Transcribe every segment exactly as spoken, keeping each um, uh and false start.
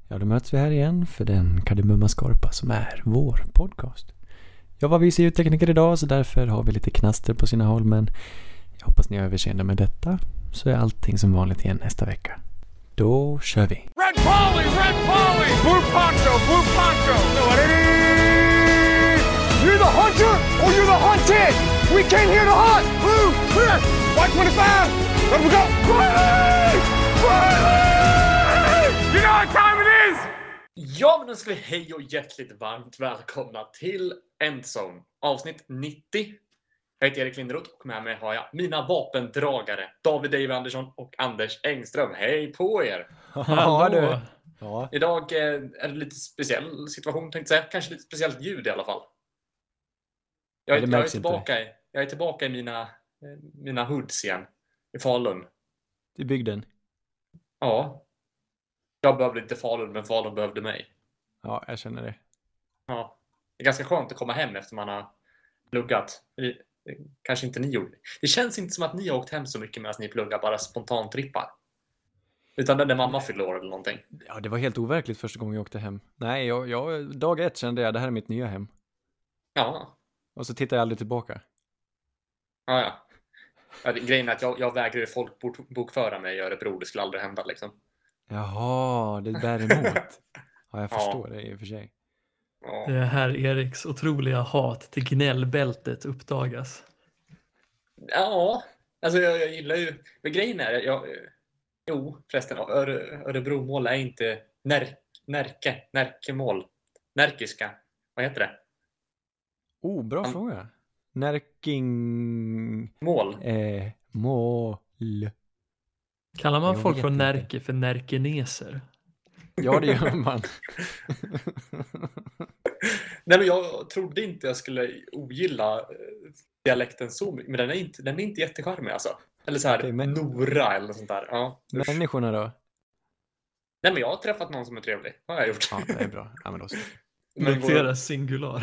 Ja, då möts vi här igen för den Kardemumma Skorpa som är vår podcast. Jag var vice ljudtekniker idag så därför har vi lite knaster på sina håll, men jag hoppas ni har överseende med detta, så är allting som vanligt igen nästa vecka. Då kör vi! Red Polly, Red Polly, Blue Poncho, Blue Poncho. You're the hunter or you're the hunted. We came here to hunt. Blue, clear. white twenty-five. Let we go. Riley! Riley! You know what time it is? Ja, men då ska vi hej och hjärtligt varmt välkomna till Endzone, avsnitt nittio. Jag heter Erik Linderoth och med mig har jag mina vapendragare David Dave Andersson och Anders Engström. Hej på er! Ja, du. Ja. Idag är det lite speciell situation, tänkte jag säga. Kanske lite speciellt ljud i alla fall. Jag, Ja, det jag, är, märks tillbaka i, jag är tillbaka i mina, mina hoods igen. I Falun. I bygden. Ja. Jag behövde inte Falun, men Falun behövde mig. Ja, jag känner det. Ja. Det är ganska skönt att komma hem efter man har pluggat. Det, det, kanske inte ni gjorde. Det känns inte som att ni har åkt hem så mycket medan ni pluggar bara spontant trippar. Utan den där mamma fyllde år eller någonting. Ja, det var helt overkligt första gången jag åkte hem. Nej, jag, jag, dag ett kände jag det här är mitt nya hem. Ja. Och så tittade jag aldrig tillbaka. Ja, ja. Ja, det, grejen är att jag, jag vägrar folkbokföra mig i Örebro. Det skulle aldrig hända liksom. Jaha, det bär emot. Ja, jag Ja. förstår det i och för sig. Ja. Det är här Eriks otroliga hat till gnällbältet uppdagas. Ja, alltså jag, jag gillar ju... Men grejen är, jag, jo förresten, Öre, Örebro-mål är inte när, Närke, Närkemål. Närkiska, vad heter det? Oh, bra An- fråga. Närking... Mål. Eh, mål. Kallar man Jag folk vet från inte. Närke för närkeneser? Ja, det gör man. Nej, men jag trodde inte jag skulle ogilla eh, dialekten så mycket, men den är inte, den är inte jättecharmig alltså. Eller så här, Okej, men- Nora eller sånt där. Ja. Usch. Människorna då? Nej, men jag har träffat någon som är trevlig. Har jag gjort. Ja, det är bra. Ja, men då så. Men Notera vår- singular.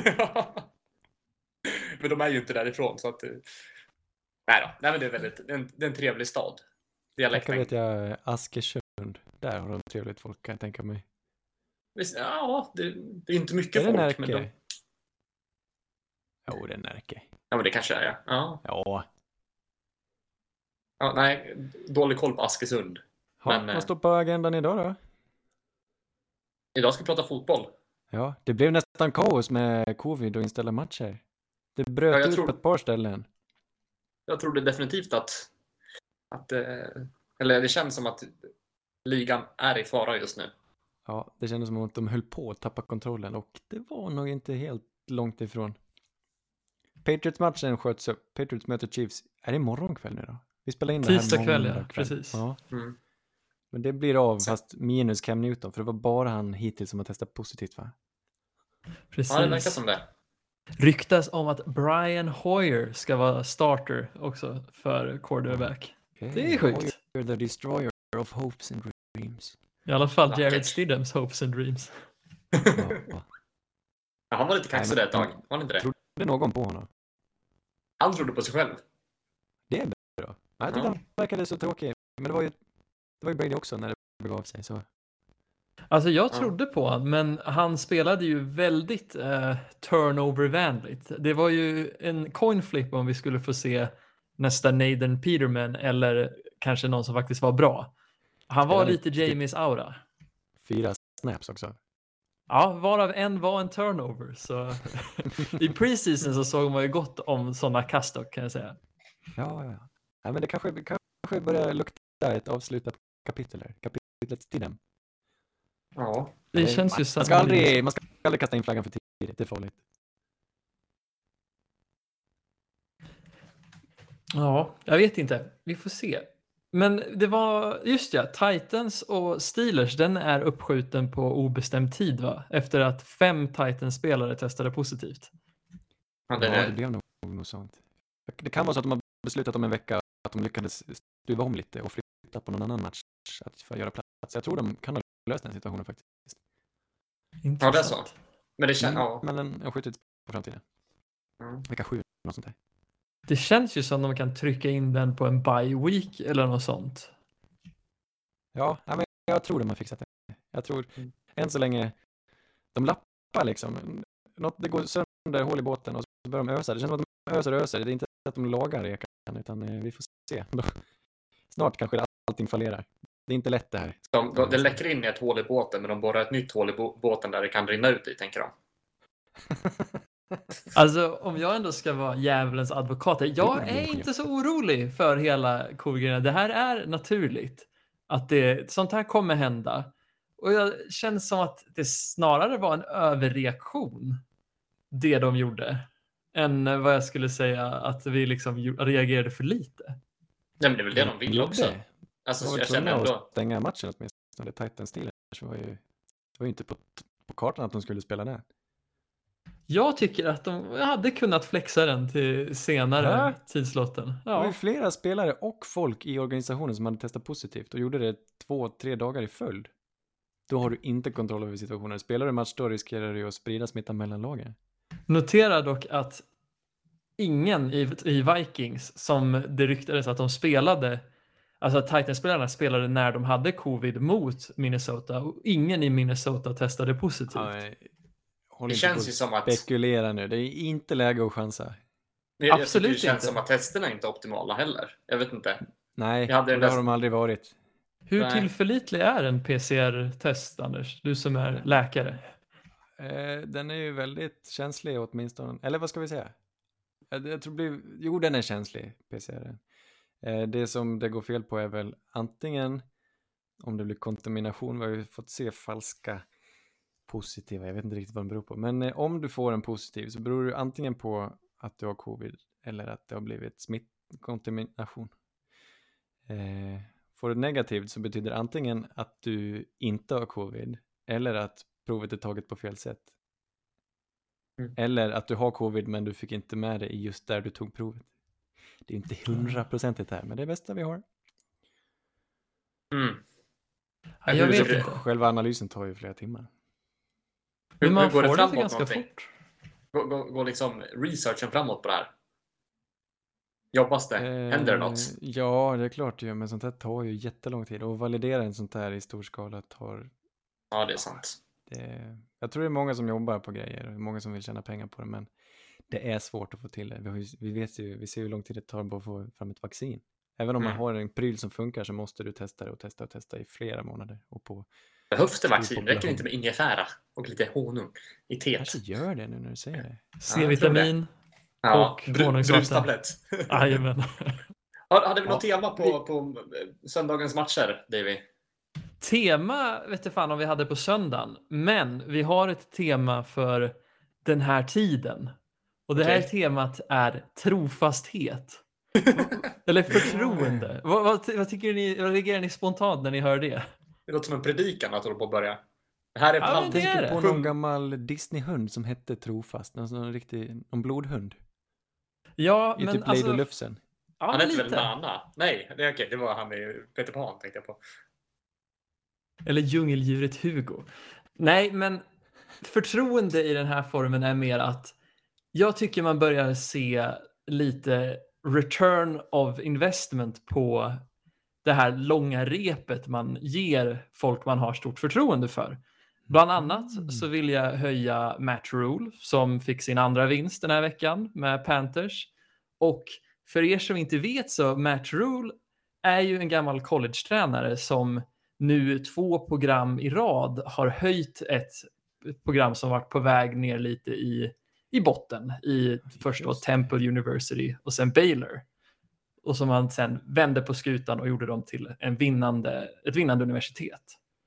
Men de är ju inte därifrån så att... eh, Nej då. Nej, men det är väldigt... Det är en, det är en trevlig stad. Jag Dialekten. vet jag Askersund. Där har de trevligt folk, kan jag tänka mig. Visst, ja, det, det är inte mycket Är det folk. Närke? Men de, Jo, det är Närke. ja, men det kanske är, ja. ja. Ja. ja. Nej, dålig koll på Askesund. Ha, Men, eh, vad står på agendan idag då? Idag ska vi prata fotboll. Ja, det blev nästan kaos med covid och inställa matcher. Det bröt Ja, jag ut tror- på ett par ställen. Jag trodde definitivt att... att eh, eller det känns som att ligan är i fara just nu. Ja, det kändes som att de höll på att tappa kontrollen och det var nog inte helt långt ifrån. Patriots-matchen sköts upp. Patriots möter Chiefs. Är det imorgon kväll nu då? Vi spelar in det här Tisdag kväll, ja. måndag Precis. Ja, Mm. men det blir av Så- fast minus Cam Newton, för det var bara han hittills som har testat positivt, va? Precis. Ja, det verkar som det. Ryktas om att Brian Hoyer ska vara starter också för quarterback. Det är sjukt. You're the destroyer of hopes and dreams. I alla fall Vackert. Jared Stidhams hopes and dreams. Ja, ja. Ja, han var lite kaxig där ett tag. Var han inte det? Trodde någon på honom? Han trodde på sig själv. Det är bra. Jag tyckte Ja. han verkade så tråkig. Men det var ju, det var ju Brady också när det begav sig. Så. Alltså jag Ja. trodde på han, men han spelade ju väldigt eh, turnover-vänligt. Det var ju en coin flip om vi skulle få se nästa Nathan Peterman eller kanske någon som faktiskt var bra. Han var Spelade lite lite- Jamies aura. Fyra snaps också. Ja, varav en var en turnover. Så i preseason så såg man ju gott om sådana kast dock, kan jag säga. Ja, ja. Ja, men det kanske, kanske börjar lukta ett avslutat kapitel här. Kapitlet Stidham. Ja. Det Nej, känns ju man, så man, ska aldrig, man ska aldrig kasta in flaggan för tidigt. Det är farligt. Ja, jag vet inte. Vi får se. Men det var, just ja, Titans och Steelers, den är uppskjuten på obestämd tid, va? Efter att fem Titans-spelare testade positivt. Ja, det Ja, är det blev nog något sånt. Det kan vara så att de har beslutat om en vecka att de lyckades stuva om lite och flytta på någon annan match att för att göra plats. Jag tror de kan ha löst den situationen faktiskt. Ja, det är så. Men det känns... Mm, Ja. Men den har skjutit på framtiden. Mm. Vecka sju, något sånt där. Det känns ju som de kan trycka in den på en bye week eller något sånt. Ja, ja, men jag tror de har fixat det. Jag tror än så länge de lappar liksom. Något, det går sönder hål i båten och så börjar de ösa. Det känns som att de öser och öser. Det är inte att de lagar rekan, utan vi får se. Snart kanske allting fallerar. Det är inte lätt det här. De, de, det läcker in i ett hål i båten, men de borrar ett nytt hål i båten där det kan rinna ut i, tänker de. Alltså, om jag ändå ska vara djävulens advokat, jag är inte så orolig för hela covid-grejen. Det här är naturligt. Att det, sånt här kommer hända. Och jag känner som att det snarare var en överreaktion, det de gjorde, än vad jag skulle säga att vi liksom reagerade för lite. Nej, men det är väl det de vill också. Alltså, jag, jag känner ändå... att stänga matchen åtminstone. Titans Steelers var ju, det var ju inte på, på kartan att de skulle spela där. Jag tycker att de hade kunnat flexa den till senare ja. tidslotten. Ja. Det var ju flera spelare och folk i organisationen som hade testat positivt och gjorde det två, tre dagar i följd. Då har du inte kontroll över situationen. Spelar du match då riskerar du att sprida smittan mellan lagen. Notera dock att ingen i, i Vikings, som det ryktades att de spelade, alltså att Titans-spelarna spelade när de hade covid mot Minnesota, och ingen i Minnesota testade positivt. Ja, det känns ju som att... Spekulera nu, det är inte läge att chansa. Jag, Absolut jag det känns inte. Som att testerna inte är optimala heller. Jag vet inte. Nej, det har näst... de aldrig varit. Hur Nej. tillförlitlig är en P C R-test, Anders? Du som är läkare. Eh, den är ju väldigt känslig åtminstone. Eller vad ska vi säga? Jag tror blir... Jo, den är känslig, P C R. Eh, det som det går fel på är väl antingen om det blir kontamination. Vi har ju fått se falska positiva. Jag vet inte riktigt vad den beror på. Men eh, om du får en positiv så beror det antingen på att du har covid eller att det har blivit smittkontamination. Eh, får du negativt så betyder det antingen att du inte har covid eller att provet är taget på fel sätt. Mm. Eller att du har covid men du fick inte med det i just där du tog provet. Det är inte hundraprocentigt här, men det är det bästa vi har. Mm. Ja, jag vet inte. Själva analysen tar ju flera timmar. Hur, men man hur går får det framåt ganska någonting? fort. Går, går, går liksom researchen framåt på det här? Jobbas det? Händer det något? Eh, ja, det är klart det gör, men sånt här tar ju jättelång tid. Och validera en sånt här i stor skala tar... Ja, det är sant. Det, jag tror det är många som jobbar på grejer och många som vill tjäna pengar på det, men det är svårt att få till det. Vi, har ju, vi vet ju, vi ser hur lång tid det tar bara att få fram ett vaccin. Även om mm. man har en pryl som funkar så måste du testa det och testa och testa i flera månader. Och på Behövs det vaccin? Räcker inte med ingefära och lite honung i teet? Kanske gör det nu när du säger det. C-vitamin ja, och honungsvatten. Brustablett. Jajamän. Hade vi något ja. tema på, på söndagens matcher, David? Tema vet jag fan om vi hade på söndagen. Men vi har ett tema för den här tiden. Och det här okay. temat är trofasthet. Eller förtroende. vad, vad, vad tycker ni, vad reagerar ni spontant när ni hör det? Det låter som en predikan att hålla på att börja. Det här är på ja, jag tänker på någon gammal Disney-hund som hette Trofast. Alltså en riktig, en blodhund. Ja, I men typ alltså... Lady Lufsen. Ja, han hette väl Nana? Nej, det är okej. Det var han i Peter Pan, tänkte jag på. Eller djungeldjuret Hugo. Nej, men förtroende i den här formen är mer att jag tycker man börjar se lite return of investment på det här långa repet man ger folk man har stort förtroende för. Bland annat mm. så vill jag höja Matt Rule som fick sin andra vinst den här veckan med Panthers. Och för er som inte vet så Matt Rule är ju en gammal college-tränare som nu två program i rad har höjt ett program som varit på väg ner lite i, i botten. I först då Temple University och sen Baylor. Och som han sen vände på skutan och gjorde dem till en vinnande, ett vinnande universitet.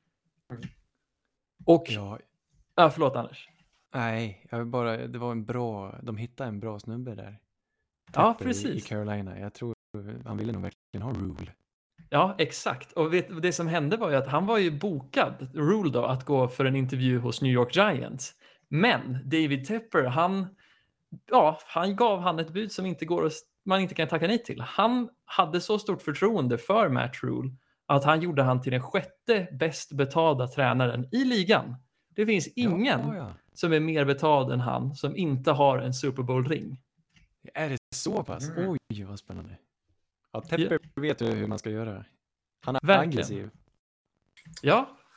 Och... Ja, ja förlåt Anders. Nej, jag vill bara, det var en bra, de hittade en bra snubbe där. Ja, precis. I, I Carolina. Jag tror han ville nog verkligen ha Rule. Ja, exakt. Och vet, det som hände var ju att han var ju bokad, Rule då, att gå för en intervju hos New York Giants. Men David Tepper, han, ja, han gav han ett bud som inte går att, man inte kan tacka nej till. Han hade så stort förtroende för Matt Rule att han gjorde han till den sjätte bäst betalda tränaren i ligan. Det finns ingen ja, ja. som är mer betald än han som inte har en Super Bowl-ring. Är det så pass? Mm. Oj, vad spännande. Ja, Tepper ja. vet ju hur man ska göra. Han är verkligen aggressiv. Ja,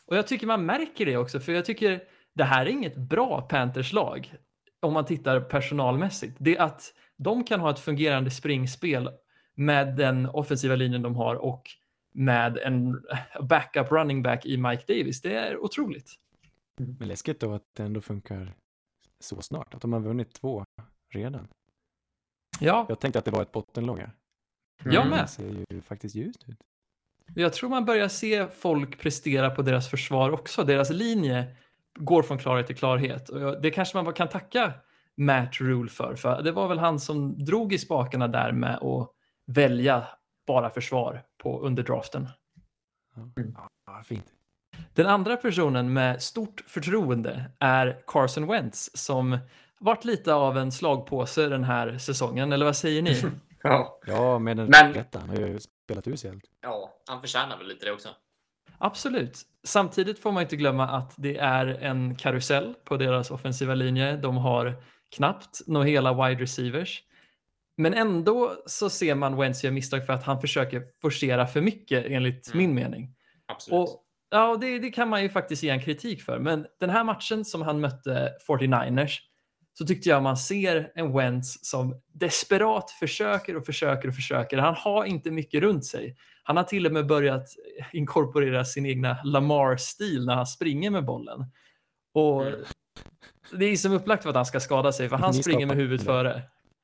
Och jag tycker man märker det också, för jag tycker det här är inget bra Panthers-lag om man tittar personalmässigt. Det är att de kan ha ett fungerande springspel med den offensiva linjen de har och med en backup running back i Mike Davis. Det är otroligt. Men läskigt då att det ändå funkar så snart. Att de har vunnit två redan. Ja, Jag tänkte att det var ett bottenlag här. jag Mm. med. Det ser ju faktiskt ljust ut. Jag tror man börjar se folk prestera på deras försvar också. Deras linje går från klarhet till klarhet. Och jag- det kanske man bara kan tacka Matt Rule för. För det var väl han som drog i spakarna där med att välja bara försvar på underdraften. Ja, ja, fint. Den andra personen med stort förtroende är Carson Wentz som varit lite av en slagpåse den här säsongen. Eller vad säger ni? Ja. Ja, med den Men- rätta. Han har ju spelat uselt. ja, han förtjänar väl lite det också. Absolut. Samtidigt får man inte glömma att det är en karusell på deras offensiva linje. De har knappt några hela wide receivers. Men ändå så ser man Wentz göra misstag för att han försöker forcera för mycket enligt Mm. min mening. Absolut. Och ja, det, det kan man ju faktiskt ge en kritik för. Men den här matchen som han mötte fyrtionioers så tyckte jag man ser en Wentz som desperat försöker och försöker och försöker. Han har inte mycket runt sig. Han har till och med börjat inkorporera sin egna Lamar-stil när han springer med bollen. Och Mm. det är som upplagt för att han ska skada sig, för han Ni springer med skapar huvudet det. före.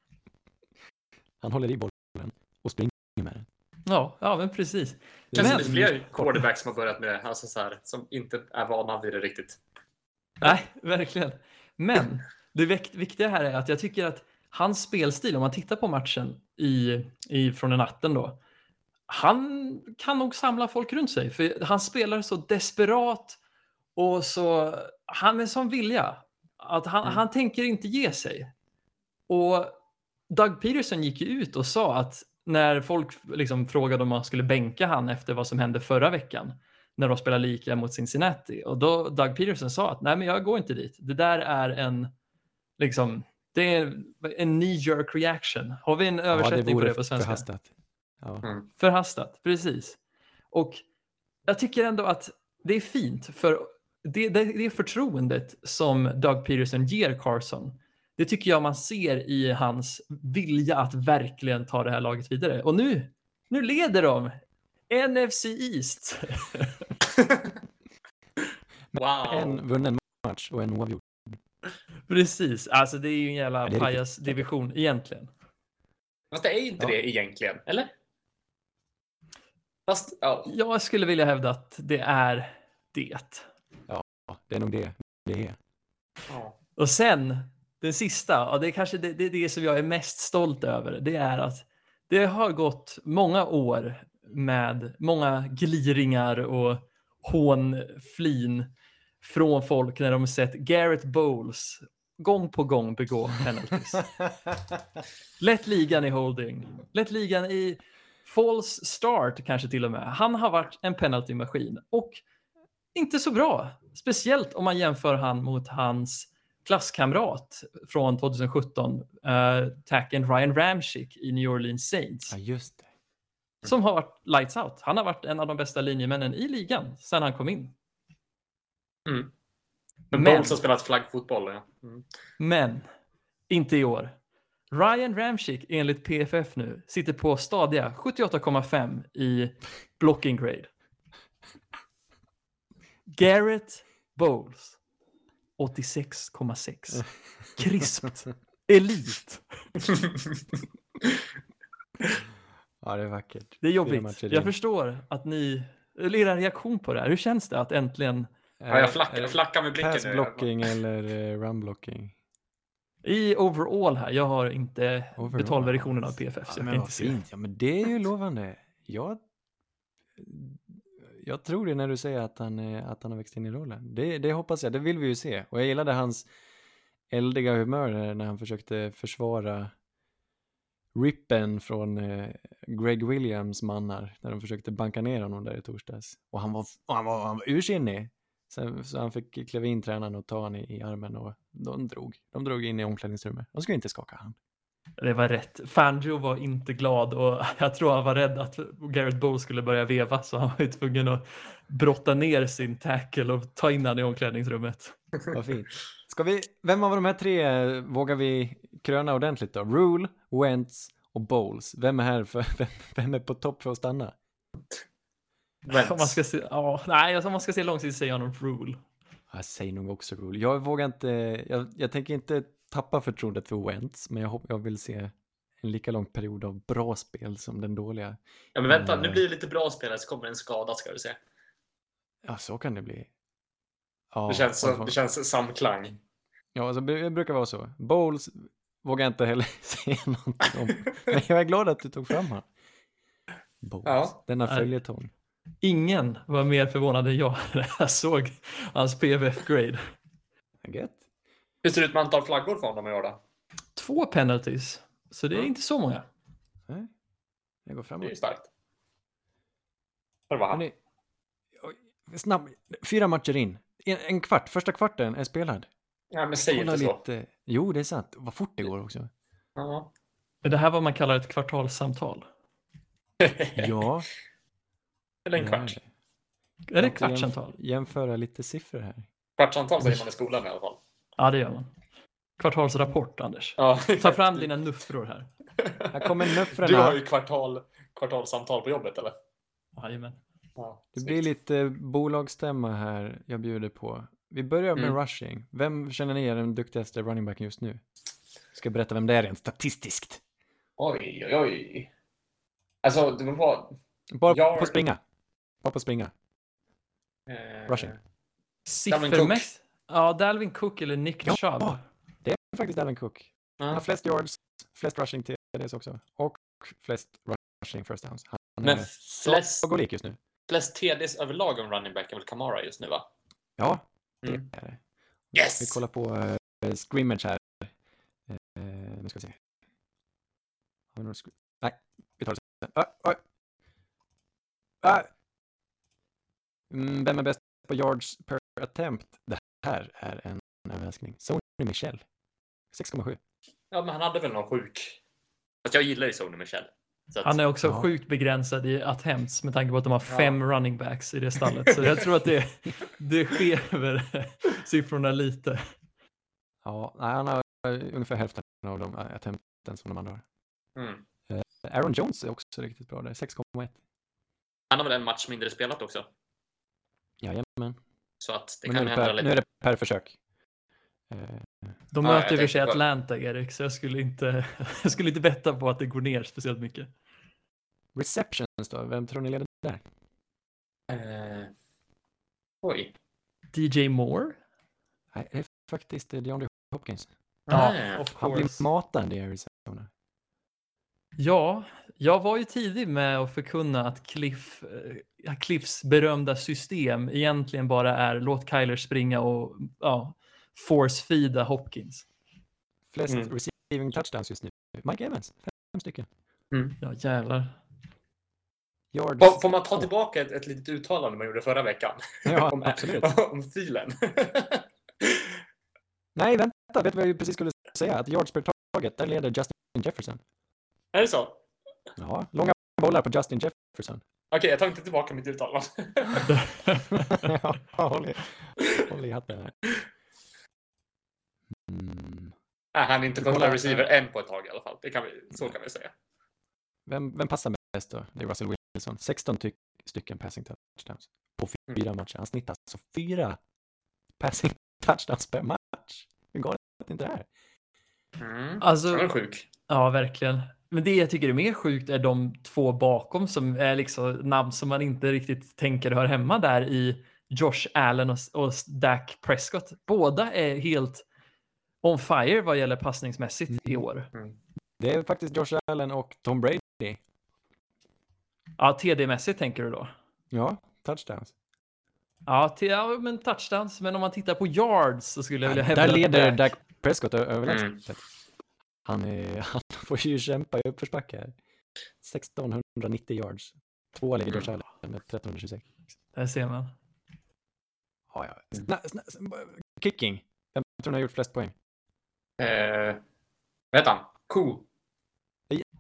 Han håller i bollen och springer med den. Ja, ja men precis. Det känns som Men- det är fler quarterbacks som har börjat med det, alltså så här, som inte är vana vid det riktigt. Nej, verkligen. Men det vikt- viktiga här är att jag tycker att hans spelstil, om man tittar på matchen i, i, från den natten då, han kan nog samla folk runt sig. För han spelar så desperat och så, han är sån vilja. Att han, Mm. han tänker inte ge sig. Och Doug Peterson gick ju ut och sa att när folk liksom frågade om man skulle bänka han efter vad som hände förra veckan, när de spelar lika mot Cincinnati. Och då Doug Peterson sa att nej, men jag går inte dit. Det där är en liksom, det är en knee-jerk reaction. Har vi en översättning på det på svenska? förhastat. Ja. Mm. Förhastat, precis. Och jag tycker ändå att det är fint, för det, det, det förtroendet som Doug Peterson ger Carson, det tycker jag man ser i hans vilja att verkligen ta det här laget vidare. Och nu, nu leder de N F C East. Wow! En vunnen match och en oavgjord. Precis, alltså det är ju en jävla Ja, det är pajas-division egentligen. Fast det är inte Ja. det egentligen, eller? Fast, ja. Jag skulle vilja hävda att det är det. Ja, det är nog det det är. ja. Och sen, den sista, och det är kanske det, det, det som jag är mest stolt över, det är att det har gått många år med många gliringar och hånflin från folk när de har sett Garrett Bowles gång på gång begå penalties. Lätt ligan i holding, lätt ligan i false start kanske till och med. Han har varit en penaltymaskin och inte så bra. Speciellt om man jämför han mot hans klasskamrat från tjugohundrasjutton, uh, tacken Ryan Ramchick i New Orleans Saints. Ja, just det. Som har varit lights out. Han har varit en av de bästa linjemännen i ligan sedan han kom in. Mm. Men, Men- Bowles har spelat flaggfotboll, ja. Mm. Men inte i år. Ryan Ramchick enligt P F F nu sitter på stadiga sjuttioåtta komma fem i blocking grade. Garrett Bowles åttiosex komma sex. Krispt. Elit. Ja, det är vackert. Det är Fyra jobbigt. matcher Jag in. förstår att ni, eller era reaktion på det här. Hur känns det att äntligen Ja, jag Är flackar, det flackar med blicken pass nu. blocking eller eh, run blocking? i overall här, jag har inte Overall. betalversionen av P F F så Ja, jag men kan vad inte se. fint. Ja, men det är ju lovande. Jag, jag tror det när du säger att han, eh, att han har växt in i rollen. Det, det hoppas jag. Det vill vi ju se. Och jag gillade hans eldiga humör när han försökte försvara rippen från eh, Greg Williams mannar när de försökte banka ner honom där i torsdags. Och han var, och han var, han var ursinnig. Så, så han fick kliva in tränaren och ta honom i, i armen och de drog. De drog in i omklädningsrummet. De skulle inte skaka hand. Det var rätt. Fangio var inte glad och jag tror han var rädd att Garrett Bowles skulle börja veva, så han var ju tvungen att brotta ner sin tackle och ta in han i omklädningsrummet. Vad fint. Ska vi, vem av de här tre vågar vi kröna ordentligt då? Rule, Wentz och Bowles. Vem är här för, vem, vem är på topp för att stanna? Wentz. Om man ska se, ja, nej, alltså om man ska se långsiktigt säger jag nog Rule. Jag säger nog också Rule. Jag vågar inte, jag, jag tänker inte tappa förtroendet för Wentz, men jag, hopp, jag vill se en lika lång period av bra spel som den dåliga. Ja, men vänta, Mm. nu blir det lite bra spelare så kommer en skada, ska du se. Ja, så kan det bli. Ja, Det känns, och- så, det känns samklang. Ja, alltså, det brukar vara så. Bowles vågar jag inte heller säga någonting om. Men jag är glad att du tog fram han. Bowles, Ja. denna Nej. följetong. Ingen var mer förvånad än jag när jag såg hans P V F-grade. Gött. Hur ser det ut med antal flaggor för honom att göra? Två penalties, så det är Mm. inte så många. Nej, jag går Det är framåt. ju starkt. Det var han. Hörrni, oj, snabb, fyra matcher in. En, en kvart, första kvarten är spelad. Ja, men säg Kolla inte så. lite. Jo, det är sant. Vad fort det går också. Ja. Är det här vad man kallar ett kvartalssamtal? Ja. Eller en det kvart. Är det Jag får kvartssamtal? jämf- jämföra lite siffror här. Kvartsamtal säger man i skolan i alla fall. Ja, det gör man. Kvartalsrapport, Anders. Ja, Ta fram dina nuffror här. Här kommer nuffrorna. Du har ju kvartal, kvartalsamtal på jobbet, eller? Jajamän. Ja, Det blir lite bolagsstämma här jag bjuder på. Vi börjar med Mm. rushing. Vem känner ni är den duktigaste running backen just nu? Ska jag berätta vem det är rent statistiskt. Oj, oj, oj. Alltså, det var bara... Bara Jag- på springa. Bara på springa. Eh, Rushing. Siffermässigt. Ja, Dalvin Cook eller Nick Ja. Chubb. Det är faktiskt Dalvin Cook. Han har Ja. flest yards, flest rushing till det också. Och flest rushing first downs. Han Men är flest, slagolik just nu. flest T Ds överlag om running back är väl Kamara just nu, va? Ja, det Mm. är det. Yes! Vi kollar på uh, scrimmage här. Uh, nu ska vi se. Har vi någon scr- Nej, vi tar det sen. Ah, ah. Ah. Mm, vem är bäst på yards per attempt? Det här är en överraskning. Sony Michel. sex komma sju. Ja, men han hade väl någon sjuk... Fast jag gillar ju Sony Michel. Så att... Han är också Ja. sjukt begränsad i attempts med tanke på att de har fem running backs i det stallet. Så jag tror att det, det skever siffrorna lite. Ja, nej, han har uh, ungefär hälften av de uh, attempten som de andra har. Mm. Aaron Jones är också riktigt bra där. sex komma ett. Han har väl en match mindre spelat också. Jajamän. Så att det Men nu kan är det, hända per, lite. nu är det per försök. Uh, De Ja, möter jag i och för sig tänkte på- Atlanta, Erik, så jag skulle inte, jag skulle inte betta på att det går ner speciellt mycket. receptions då? Vem tror ni leder där? Eh... Oj. D J Moore? Nej, det är faktiskt eh, DeAndre Hopkins. Ja, Ah. of Han course. blir matad i Arizona. Ja, jag var ju tidig med att förkunna att Cliff, eh, Cliffs berömda system egentligen bara är låt Kyler springa och ja, force-feeda Hopkins. Flest Mm. receiving touchdowns just nu. Mike Evans, fem stycken. Ja, jävlar. Yards. Får, får man ta tillbaka ett, ett litet uttalande man gjorde förra veckan? Ja, om, absolut. om filen. Nej, vänta. Vet du vad jag precis skulle säga? Att yards per target, där leder Justin Jefferson. Är det så? Ja, långa bollar på Justin Jefferson. Okej, jag tar inte tillbaka mitt uttalande. Ja, håll i, håll i hatten här. Mm. Nej, han är inte Kolla, första receiver än på ett tag i alla fall. Det kan vi, så kan vi säga. Vem, vem passar mest då? Det är Russell Wilson. sexton ty- stycken passing touchdowns på fyra Mm. matcher. Han snittar alltså fyra passing touchdowns per match. Hur går det inte det här? Mm. Alltså- Han är sjuk. Ja, verkligen. Men det jag tycker är mer sjukt är de två bakom som är liksom namn som man inte riktigt tänker hör hemma där i Josh Allen och, och Dak Prescott. Båda är helt on fire vad gäller passningsmässigt i år. Det är faktiskt Josh Allen och Tom Brady. Ja, T D-mässigt tänker du då? Ja, touchdowns. Ja, till, ja, men touchdowns. Men om man tittar på yards så skulle jag vilja hävda Där att leder Dak- Dak Prescott ö- överlägset. Mm. Han, är, han får ju kämpa i uppförsbacke här. sextonhundranittio yards. Två ligger Josh Allen med trettonhundratjugosex. Där ser man. Ja, ja. Sna, sna, sna, kicking. Vem tror ni har gjort flest poäng? Eh, vad heter han? Ko.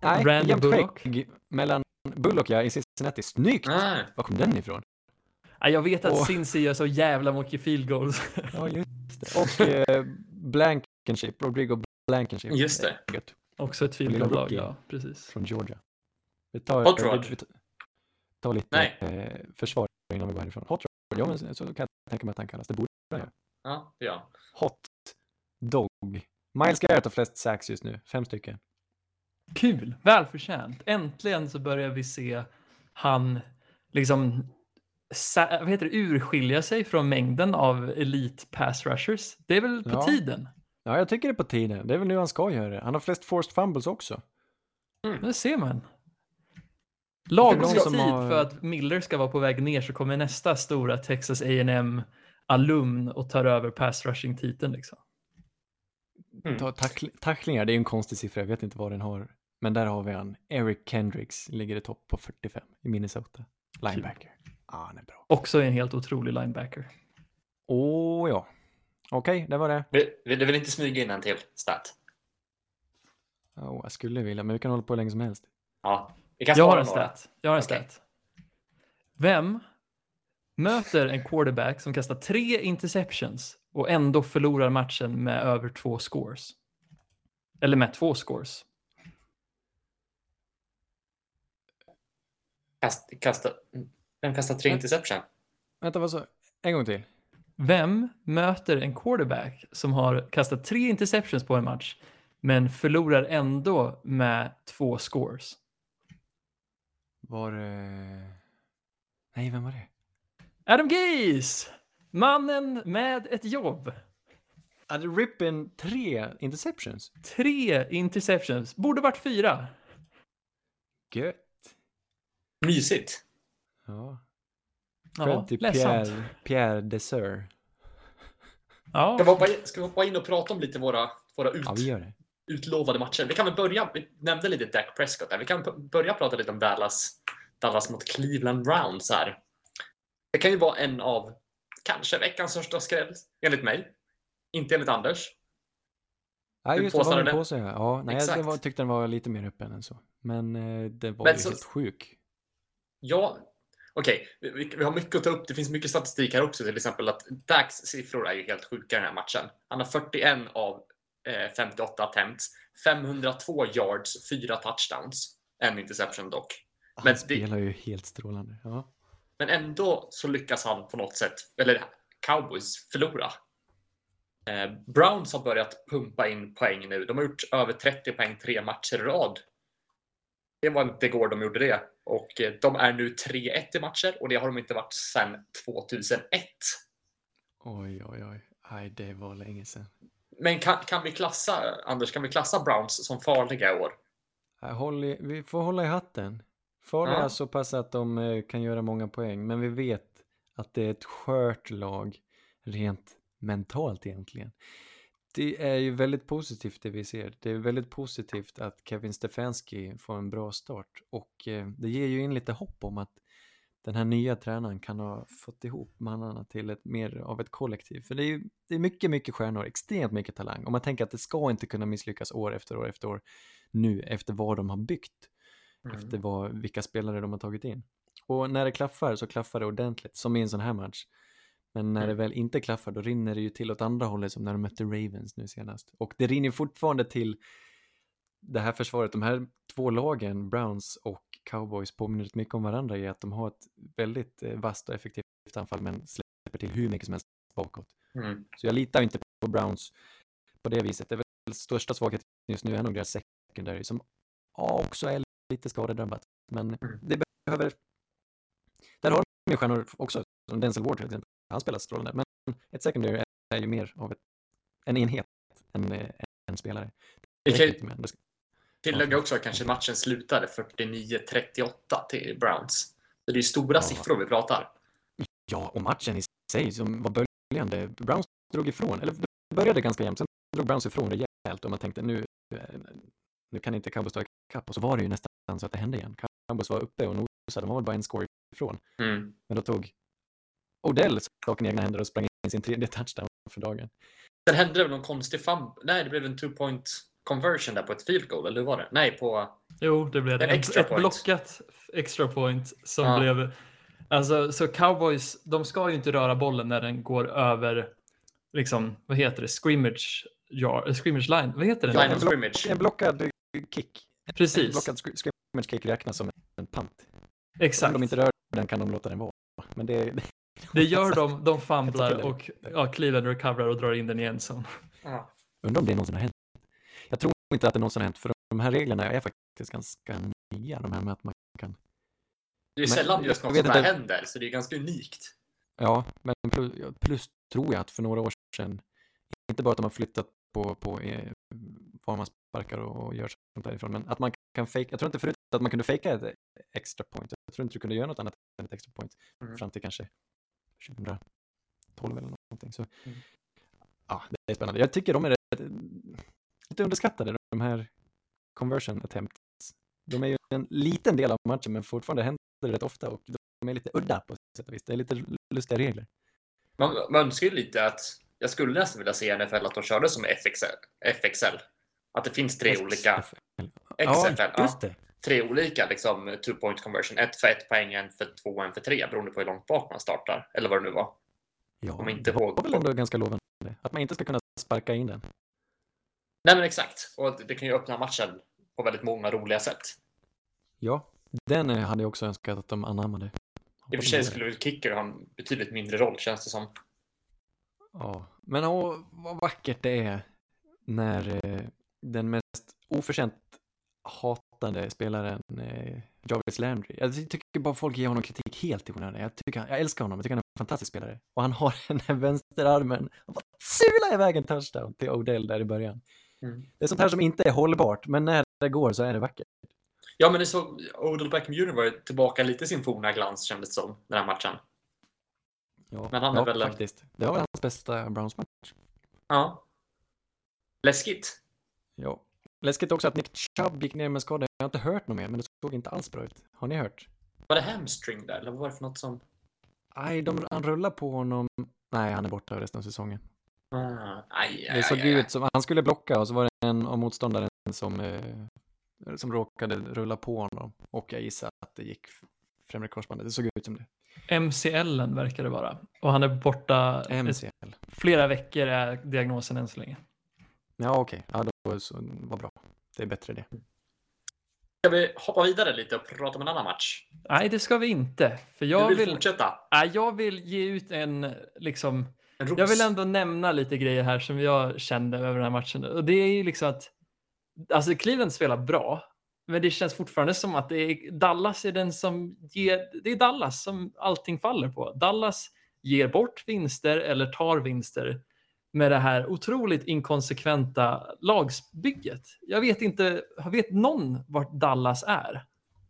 Nej, Randy jämnt Bullock. skägg mellan Bullock ja, i Cincinnati. Snyggt! Ah, Var kom den ifrån? Ja, jag vet att Och- Cincy gör så jävla mycket field goals. Ja, just det. Och eh, Blankenship, Rodrigo Blankenship. just det. Gött. Också ett field Lilla goal-lag, rookie. ja, precis. Från Georgia. Vi tar, Hot vi, Rod. vi tar lite Nej. eh, försvar innan vi går härifrån. Hot Rod, ja men så så kan jag tänka mig att han kallas. Det borde jag göra. Ja, det gör han. Hot Dog. Miles Garrett har flest sacks just nu. Fem stycken. Kul, välförtjänt. Äntligen så börjar vi se han liksom sa- vad heter det, urskilja sig från mängden av elite pass rushers. Det är väl på Ja. tiden. Ja, jag tycker det är på tiden. Det är väl nu han ska göra det. Han har flest forced fumbles också. Det ser man. Lagom Det är de tid som har- för att Miller ska vara på väg ner så kommer nästa stora Texas A and M alumn och tar över pass rushing-titeln liksom. Mm. Ta, tackl- tacklingar, det är ju en konstig siffra. Jag vet inte vad den har. Men där har vi han. Eric Kendricks ligger i topp på fyrtiofem i Minnesota. Linebacker. Ja, ah, han är bra. Också en helt otrolig linebacker. Åh ja. Okej, det var det. Vill, vill du väl inte smyga in en till stat? Oh, jag skulle vilja, men vi kan hålla på hur länge som helst. Ja, vi kan Jag har spara en några. stat. Jag har en Okej. stat. Vem möter en quarterback som kastar tre interceptions och ändå förlorar matchen med över två scores? Eller med två scores. Kast, kasta, vem kastar tre interception? Vänta, vad så? En gång till. Vem möter en quarterback som har kastat tre interceptions på en match men förlorar ändå med två scores? Var det... Nej, vem var det? Adam Gase! Mannen med ett jobb. Hade Rippin tre interceptions? Tre interceptions. Borde varit fyra. Gött. Mysigt. Ja. Ja, Cred till ledsamt. Pierre, Pierre Desir. Ja. Ska vi, hoppa in, ska vi hoppa in och prata om lite våra, våra ut, Ja, vi gör det. utlovade matcher? Vi kan väl börja, vi nämnde lite Dak Prescott där. Vi kan p- börja prata lite om Dallas, Dallas mot Cleveland Browns här. Det kan ju vara en av kanske veckans största skräll, enligt mig. Inte enligt Anders. Ja, Du just det, var påstår min det? påse. Ja, ja nej, Exakt. jag var, tyckte den var lite mer öppen än så. Men eh, det var Men ju så- helt sjuk. Ja, okej. Vi, vi, vi har mycket att ta upp. Det finns mycket statistik här också. Till exempel att Daks siffror är ju helt sjuka i den här matchen. Han har fyrtioen av eh, femtioåtta attempts. femhundratvå yards, fyra touchdowns. En interception dock. Han Men det- spelar ju helt strålande. Ja. Men ändå så lyckas han på något sätt, eller Cowboys, förlora. Eh, Browns har börjat pumpa in poäng nu. De har gjort över trettio poäng tre matcher i rad. Det var inte igår de gjorde det. Och eh, de är nu tre ett i matcher och det har de inte varit sedan tvåtusenett. Oj, oj, oj. Nej, det var länge sedan. Men kan, kan vi klassa, Anders, kan vi klassa Browns som farliga i år? Jag håller, vi får hålla i hatten. Farliga Ja. så pass att de eh, kan göra många poäng. Men vi vet att det är ett skört lag rent mentalt egentligen. Det är ju väldigt positivt det vi ser. Det är väldigt positivt att Kevin Stefanski får en bra start. Och eh, det ger ju in lite hopp om att den här nya tränaren kan ha fått ihop mannarna till ett mer av ett kollektiv. För det är ju det är mycket, mycket stjärnor, extremt mycket talang. Och man tänker att det ska inte kunna misslyckas år efter år efter år nu efter vad de har byggt. Mm. Efter vad, vilka spelare de har tagit in. Och när det klaffar så klaffar det ordentligt, som i en sån här match. Men när Mm. det väl inte klaffar, då rinner det ju till åt andra hållet, som när de mötte Ravens nu senast. Och det rinner fortfarande till det här försvaret. De här två lagen, Browns och Cowboys, påminner rätt mycket om varandra i att de har ett väldigt eh, vasst och effektivt anfall, men släpper till hur mycket som helst bakåt. Mm. Så jag litar inte på Browns på det viset. Det är väl största svagheten just nu är nog deras secondary, som också är lite skadedrabbat. Men Mm. det behöver... Där har de ju stjärnor också, som Denzel Ward till exempel. Han spelar strålande. Men ett secondary är, är ju mer av ett, en enhet än eh, en spelare. Vi Det kan räcker inte med. Det ska- tillägga också att kanske matchen slutade fyrtionio trettioåtta till Browns. Så det är ju stora Ja. siffror vi pratar. Ja, och matchen i sig som var böljande. Browns drog ifrån, eller det började ganska jämnt. Sen drog Browns ifrån rejält och man tänkte nu, eh, nu kan inte Cowboys ta ikapp. Och så var det ju nästan så att det hände igen. Cowboys var uppe och nosade, de var väl bara en score ifrån. Mm. Men då tog Odell saken i egna händer och sprang in sin tredje touchdown för dagen. Sen hände det väl någon konstig fumble. Nej, det blev en two point. conversion där på ett field goal, eller hur var det? Nej, på... Jo, det blev det. En En, extra ett point. blockat extra point som Ja. blev... Alltså, så Cowboys, de ska ju inte röra bollen när den går över, liksom, vad heter det? Scrimmage, ja, scrimmage line. Vad heter det? Line of scrimmage. En blockad kick. En Precis, blockad skri- scrimmage kick räknas som en punt. exakt. Om de inte rör den kan de låta den vara. Men det, det, Det gör de, de fumblar Jag tycker och ja, Cleveland recoverar och drar in den igen. Så. Ja. undrar om det någonsin har hänt. Jag tror inte att det någonsin har hänt, för de här reglerna är faktiskt ganska nya. De här med att man kan... Det är ju Men sällan just jag något vet som där inte- händer, så det är ganska unikt. Ja, men plus, plus tror jag att för några år sedan, inte bara att de har flyttat på, på eh, var man sparkar och, och gör sånt därifrån, men att man kan fake. Jag tror inte förut att man kunde fejka ett extra point. Jag tror inte du kunde göra något annat än ett extra point Mm. fram till kanske tjugotolv eller någonting. Så Mm. ja, det är spännande. Jag tycker de är rätt, lite underskattade, de här conversion attempts. De är ju en liten del av matchen, men fortfarande händer det rätt ofta och de är lite udda på sätt och vis. Det är lite lustiga regler. Man, man önskar ju lite att... Jag skulle nästan vilja se N F L att de körde som F X L. F X L. Att det finns tre olika... X F L, Ja, just det. Tre olika liksom, two-point conversion. Ett för ett poäng, en för två, en för tre. Beroende på hur långt bak man startar. Eller vad det nu var. Ja, Om inte det var ihåg- väl ändå ganska lovande. Att man inte ska kunna sparka in den. Nej, men exakt. Och det kan ju öppna matchen på väldigt många roliga sätt. Ja, den eh, hade jag också önskat att de anammade. I och för sig skulle kicker ha en betydligt mindre roll, känns det som. Ja, men åh, vad vackert det är när eh, den mest oförtjänt hatade spelaren eh, Jarvis Landry. Jag tycker bara folk ger honom kritik helt i onödan. Jag, tycker, jag älskar honom, jag tycker han är en fantastisk spelare. Och han har den här vänsterarmen och bara sular iväg en touchdown till Odell där i början. Mm. Det är sånt här som inte är hållbart, men när det går så är det vackert. Ja, men det så Odell Beckham junior var ju tillbaka lite i sin forna glans, kändes det som, den här matchen. Ja, Men han är ja, väl en- faktiskt. Det var väl hans bästa Browns-match. Ja. Läskigt. Ja. Läskigt också att Nick Chubb gick ner med skada. Jag har inte hört något mer, men det såg inte alls bra ut. Har ni hört? Var det hamstring där? Eller vad var det för något som... Nej, de, han rullar på honom. Nej, han är borta resten av säsongen. Ah, aj, aj, Det såg aj, aj. ut som han skulle blocka och så var det en av motståndaren som, eh, som råkade rulla på honom. Och jag gissar att det gick främre korsbandet. Det såg ut som det. M C L verkar det vara. Och han är borta M C L. flera veckor är diagnosen än så länge. Ja, okej. Ja, då så, vad bra. Det är bättre det. Ska vi hoppa vidare lite och prata om en annan match? Nej, det ska vi inte. För Du jag vill, vill, fortsätta? nej, jag vill ge ut en, liksom, En ros. jag vill ändå nämna lite grejer här som jag kände över den här matchen. Och det är ju liksom att, alltså Cleveland spelar bra, men det känns fortfarande som att det är Dallas är den som ger, det är Dallas som allting faller på. Dallas ger bort vinster eller tar vinster med det här otroligt inkonsekventa lagsbygget. Jag vet inte, vet någon vart Dallas är?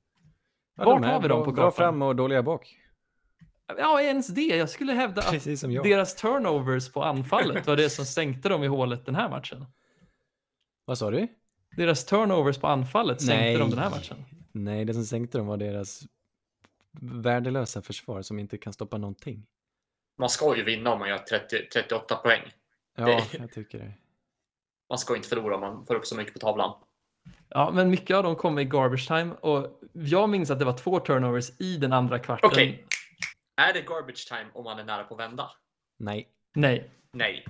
Ja, Vart de är har vi dem bra- på Bra kartan? fram och dåliga bak. Ja, ens det. Jag skulle hävda att Precis som jag. deras turnovers på anfallet var det som sänkte dem i hålet den här matchen. Vad sa du? Deras turnovers på anfallet sänkte Nej. dem den här matchen. Nej, det som sänkte dem var deras värdelösa försvar som inte kan stoppa någonting. Man ska ju vinna om man gör trettio, trettioåtta poäng. Ja, Det- jag tycker det. Man ska inte förlora om man får upp så mycket på tavlan. Ja, men mycket av dem kom i garbage time och jag minns att det var två turnovers i den andra kvarten. Okej. Är det garbage time om man är nära på att vända? Nej. Nej. Nej.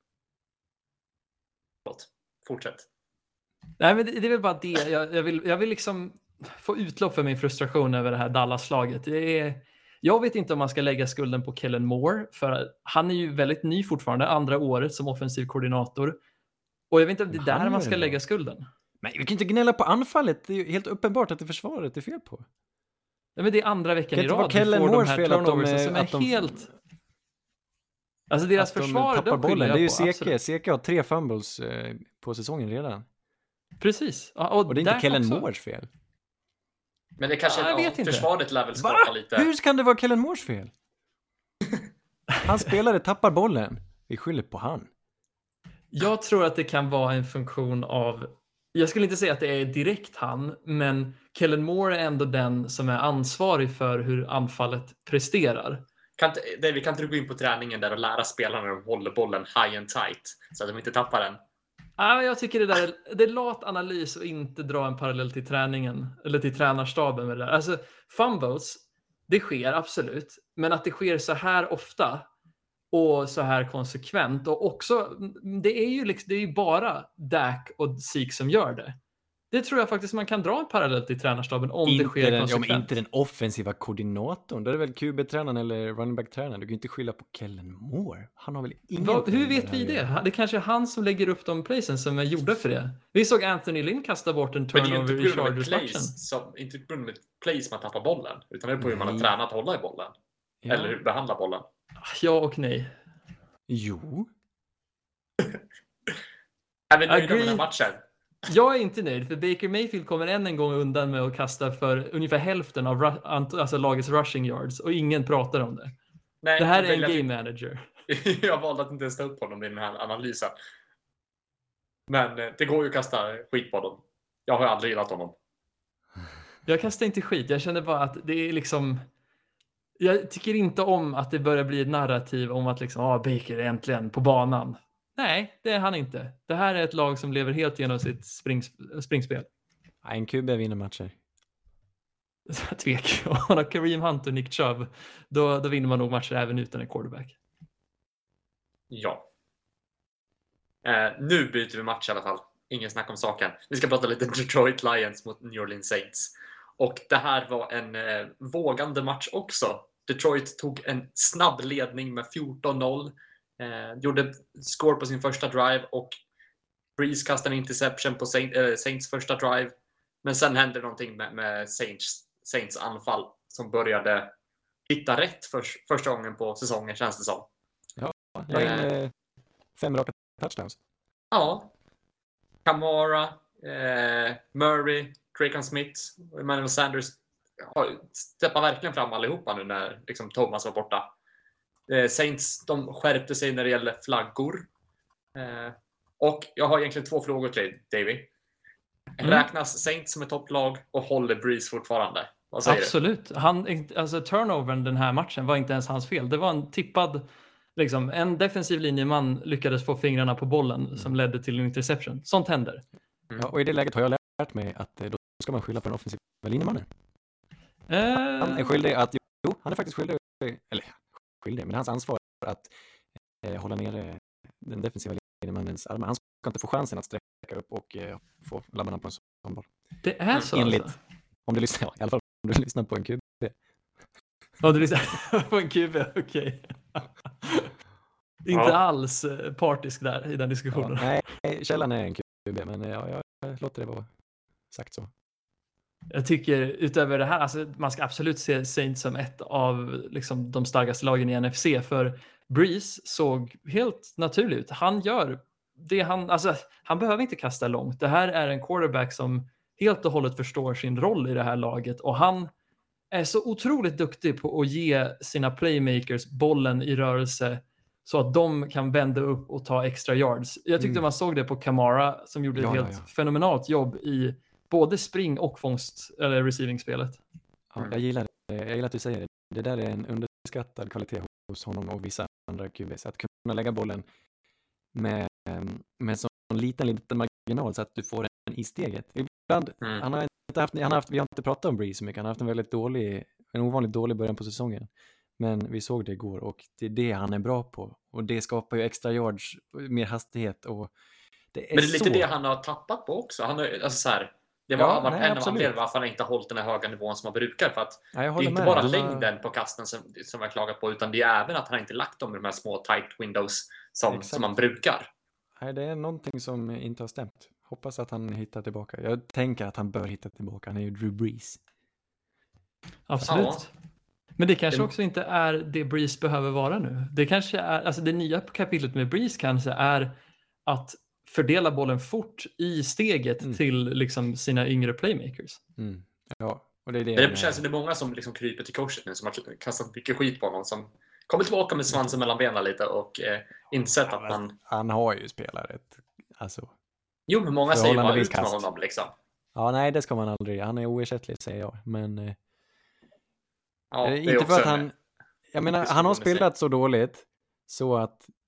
Förlåt. Fortsätt. Nej, men det, det är väl bara det. Jag, jag, vill, jag vill liksom få utlopp för min frustration över det här Dallas-slaget. Det är, jag vet inte om man ska lägga skulden på Kellen Moore, för han är ju väldigt ny fortfarande, andra året som offensiv koordinator. Och jag vet inte om det är Men han där man gör ska det lägga bra. skulden. Men vi kan inte gnälla på anfallet. Det är ju helt uppenbart att det är försvaret det är fel på. Nej, men det är andra veckan Det i kan inte vara rad vi Kellen får de Moores här fel att de, turnoversen som är att de, helt... Alltså deras att de försvar, tappar de bollen. skyller Det är ju jag på, Seke. absolut. Seke har tre fumbles eh, på säsongen redan. Precis. Ja, Och det är inte där Kellen också. Moores fel. Men det kanske Ja, jag ja, vet inte. försvaret lär väl Va? skapa lite. Hur kan det vara Kellen Moores fel? Han spelare tappar bollen. Vi skyller på han. Jag tror att det kan vara en funktion av... Jag skulle inte säga att det är direkt han, men Kellen Moore är ändå den som är ansvarig för hur anfallet presterar. Kan inte, David, kan inte du gå in på träningen där och lära spelarna hur de håller bollen high and tight så att de inte tappar den? Ah, jag tycker det där är, det är lat analys och inte dra en parallell till träningen eller till tränarstaben med det där. Alltså, fumbles, det sker absolut, men att det sker så här ofta och så här konsekvent och också, det är ju liksom, det är ju bara Dak och Zeke som gör det. Det tror jag faktiskt man kan dra en parallell till tränarstaben om inte det sker den, konsekvent. Ja, men inte den offensiva koordinatorn. Då är det väl Q B-tränaren eller running back-tränaren. Du kan ju inte skylla på Kellen Moore. Han har väl ingen... Va, hur vet vi det? Det kanske är han som lägger upp de placen som är gjorda för det. Vi såg Anthony Lynn kasta bort en turnover i Chargers-matchen. Som, inte på grund av plays man tappar bollen, utan det är på hur man har tränat att hålla i bollen. Ja. Eller hur behandla bollen. Ja och nej. Jo. Är vi nöjda Agree. med den här matchen? Jag är inte nöjd, för Baker Mayfield kommer än en gång undan med att kasta för ungefär hälften av ru- alltså lagets rushing yards och ingen pratar om det. Nej, Det här jag är en väljer game att- manager. Jag valde att inte ens ta upp honom i den här analysen. Men eh, det går ju att kasta skit på dem. Jag har aldrig gillat honom. Jag kastar inte skit, jag känner bara att det är liksom... Jag tycker inte om att det börjar bli ett narrativ om att liksom, ah, Baker är äntligen på banan. Nej, det är han inte. Det här är ett lag som lever helt genom sitt springs- springspel. Nej, en Q B vinner matcher. Tvek. Om man har Kareem Hunt och Nick Chubb, då, då vinner man nog matcher även utan en quarterback. Ja. Eh, nu byter vi match i alla fall. Ingen snack om saken. Vi ska prata lite Detroit Lions mot New Orleans Saints. Och det här var en eh, vågande match också. Detroit tog en snabb ledning med fjorton noll. Eh, gjorde score på sin första drive och Breeze kastade en interception på Saint, äh, Saints första drive. Men sen hände någonting med, med Saints, Saints anfall som började hitta rätt för, första gången på säsongen, känns det som. La in eh, fem raka touchdowns. Ja. Kamara, eh, Murray, Drake Smith och Emmanuel Sanders steppar verkligen fram allihopa nu när liksom, Thomas var borta. Eh, Saints, de skärpte sig när det gäller flaggor. Eh, och jag har egentligen två frågor till dig, Davy. Mm. Räknas Saints som ett topplag och håller Breeze fortfarande? Vad säger Absolut. Han, alltså, turnovern den här matchen var inte ens hans fel. Det var en tippad, liksom, en defensiv linjeman lyckades få fingrarna på bollen mm. som ledde till en interception. Sånt händer. Mm. Ja, och i det läget har jag lärt mig att eh, då ska man skylla på den offensiva linjemannen. Eh... Han är skyldig att, jo, han är faktiskt skyldig, eller skyldig, men hans ansvar att eh, hålla nere den defensiva linjemannens armar. Han ska inte få chansen att sträcka upp och eh, få labbarna på en sån boll. Det är så Enligt, alltså. om du lyssnar, ja, i alla fall om du lyssnar på en Q B. Ja, du lyssnar på en Q B, okej. Inte Ja. alls partisk där i den diskussionen. Ja, nej, källan är en Q B, men ja, jag, jag låter det vara sagt så. Jag tycker utöver det här, alltså, man ska absolut se Saints som ett av liksom, de starkaste lagen i N F C, för Breeze såg helt naturlig ut. Han gör det han, alltså, han behöver inte kasta långt. Det här är en quarterback som helt och hållet förstår sin roll i det här laget, och han är så otroligt duktig på att ge sina playmakers bollen i rörelse så att de kan vända upp och ta extra yards. Jag tyckte mm. man såg det på Kamara som gjorde ja, ett helt ja. fenomenalt jobb i både spring och fångst eller receiving-spelet. Ja, jag gillar det. Jag gillar att du säger det. Det där är en underskattad kvalitet hos honom och vissa andra Q Bs. Att kunna lägga bollen med, med så liten, liten marginal så att du får en i steget. Ibland, mm. han har inte haft, han har haft, vi har inte pratat om Breeze så mycket. Han har haft en väldigt dålig, en ovanligt dålig början på säsongen. Men vi såg det igår och det är det han är bra på. Och det skapar ju extra yards, mer hastighet. Och det är Men det är lite så... det han har tappat på också. Han har, alltså så här, det var, ja, var nej, en av absolut. anledningarna varför han inte har hållit den här höga nivån som han brukar. För att ja, det är inte med. bara Han längden har... på kasten som, som jag klagat på, utan det är även att han inte lagt dem i de här små tight windows som, som man brukar. Nej, det är någonting som inte har stämt. Hoppas att han hittar tillbaka. Jag tänker att han bör hitta tillbaka. Han är ju Drew Brees. Absolut. Ja. Men det kanske också inte är det Breeze behöver vara nu. Det kanske är, alltså det nya kapitlet med Breeze kanske är att fördela bollen fort i steget mm. till liksom sina yngre playmakers. Mm. Ja, och det är det. Men det känns som det är många som liksom kryper till korset nu, som har kastat mycket skit på honom, som kommer tillbaka med svansen mellan benen lite och eh, insett ja, att man... Han har ju spelat ett, alltså... Jo, men många säger bara ut med honom liksom. Ja, nej, det ska man aldrig. Han är oersättlig, säger jag. Men... Eh... Ja, inte för att han, jag menar, han har spelat så dåligt så att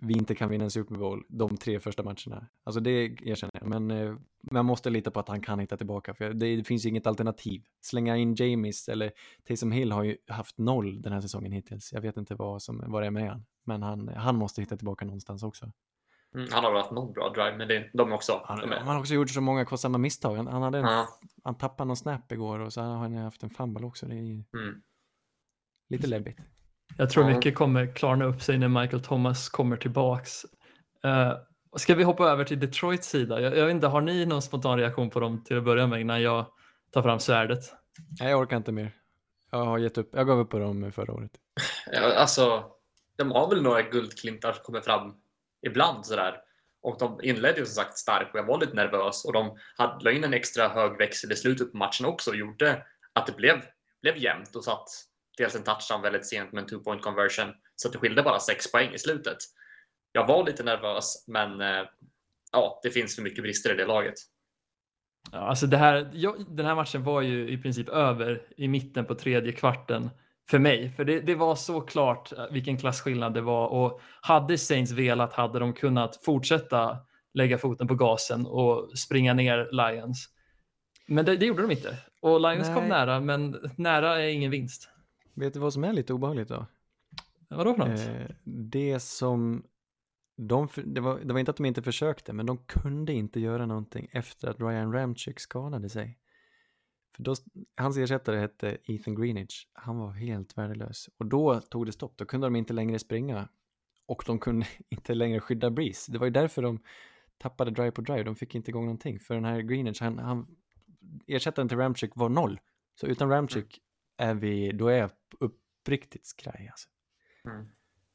vi inte kan vinna en Super Bowl de tre första matcherna. Alltså det erkänner jag. Men eh, man måste lita på att han kan hitta tillbaka. För det, det finns ju inget alternativ. Slänga in James eller Taysom Hill har ju haft noll den här säsongen hittills. Jag vet inte vad, som, vad det är med han. Men han, han måste hitta tillbaka någonstans också. Mm, han har haft någon bra drive, men det, de också. Han, de är. han har också gjort så många kostsamma misstag. Han, han, hade en, Ja. han tappade någon snap igår och så har han haft en fumble också. Det är ju Mm. lite läbbigt. Jag tror Ja. mycket kommer klarna upp sig när Michael Thomas kommer tillbaks. Uh, ska vi hoppa över till Detroits sida? Jag, jag vet inte, har ni någon spontan reaktion på dem till att börja med när jag tar fram svärdet? Nej, jag orkar inte mer. Jag har gett upp. Jag gav upp på dem förra året. Ja, alltså, de har väl några guldklintar som kommer fram ibland sådär. Och de inledde ju som sagt starkt och jag var lite nervös. Och de hade, la in en extra hög växel i slutet på matchen också och gjorde att det blev, blev jämnt och satt dels en touchdown väldigt sent med en two-point conversion. Så att det skilde bara sex poäng i slutet. Jag var lite nervös, men eh, ja, det finns för mycket brister i det laget. Ja, alltså det här, jag, den här matchen var ju i princip över i mitten på tredje kvarten för mig. För det, det var så klart vilken klasskillnad det var. Och hade Saints velat hade de kunnat fortsätta lägga foten på gasen och springa ner Lions. Men det, det gjorde de inte. Och Lions Nej. kom nära, men nära är ingen vinst. Vet du vad som är lite obehagligt då? Vadå för något? Eh, det som de, det, var, det var inte att de inte försökte, men de kunde inte göra någonting efter att Ryan Ramczyk skadade sig. För då, hans ersättare hette Ethan Greenidge. Han var helt värdelös. Och då tog det stopp. Då kunde de inte längre springa. Och de kunde inte längre skydda Breeze. Det var ju därför de tappade drive på drive. De fick inte igång någonting. För den här Greenidge, han, han, ersättaren till Ramczyk var noll. Så utan Ramczyk är vi, då är jag uppriktigt skraj alltså. Mm.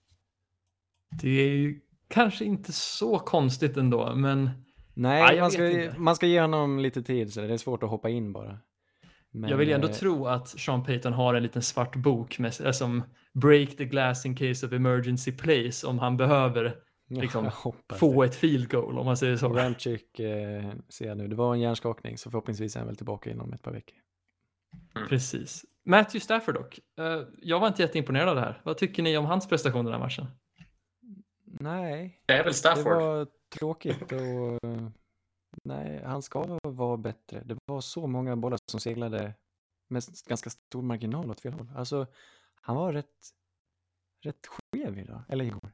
Det är ju kanske inte så konstigt ändå, men Nej, Ja, jag man, vet ska, inte. man ska ge honom lite tid. Så det är svårt att hoppa in bara. Men, jag vill ju ändå eh, tro att Sean Payton har en liten svart bok med, som break the glass in case of emergency plays om han behöver liksom jag hoppas få det. ett field goal, om man säger så. Ramczyk eh, ser jag nu. Det var en hjärnskakning, så förhoppningsvis är han väl tillbaka inom ett par veckor. Precis. Matthew Stafford dock. Uh, jag var inte jätteimponerad av det här. Vad tycker ni om hans prestation den här matchen? Nej, Det är väl det Stafford. var tråkigt och eh, nej, han ska vara bättre. Det var så många bollar som seglade med ganska stor marginal åt fel håll. Alltså, han var rätt rätt skev idag, eller igår.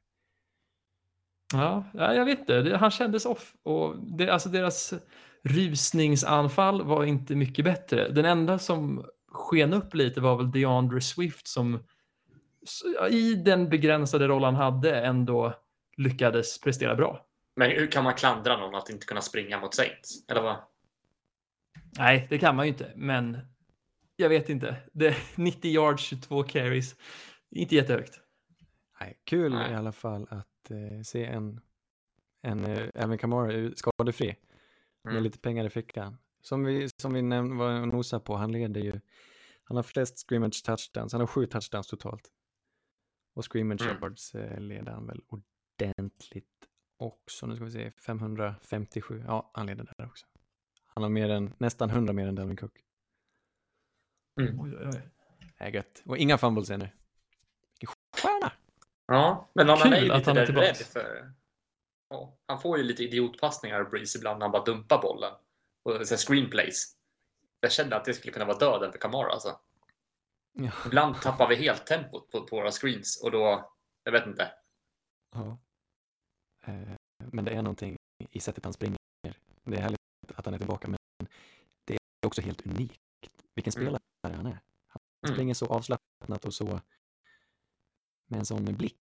Ja, ja, jag vet inte. Det, han kändes off. Och det, alltså deras rusningsanfall var inte mycket bättre. Den enda som sken upp lite var väl DeAndre Swift som s- i den begränsade roll han hade ändå lyckades prestera bra. Men hur kan man klandra någon att inte kunna springa mot Saints? Eller vad? Nej, det kan man ju inte. Men jag vet inte. Det är nittio yards, tjugotvå carries. Inte jättehögt. Nej, kul Nej. i alla fall att eh, se en, en eh, även Kamara är skadefri med Mm. lite pengar i fickan. Som vi, som vi nämnde, var och nosade på, han leder ju, han har flest scrimmage touchdowns, han har sju touchdowns totalt. Och scrimmage Mm. yards eh, leder han väl ordentligt också. Nu ska vi se, femhundrafemtiosju, ja han leder där också. Han har mer än, nästan hundra mer än Dalvin Cook. Mm. Oj, oj, oj. Är gött. Och inga fumbles ännu. Vilken stjärna! Ja, men han Kul är ju att lite han är där rädd tillbaks. för... Ja, han får ju lite idiotpassningar av Breeze ibland när han bara dumpar bollen. Och så screenplays. Jag kände att det skulle kunna vara döden för Kamara alltså. Ja. Ibland tappar vi helt tempot på, på våra screens och då, jag vet inte. Ja. Eh, men det är någonting i sättet han springer. Det är härligt att han är tillbaka, men det är också helt unikt vilken spelare Mm. han är. Han Mm. springer så avslappnat och så med en sån blick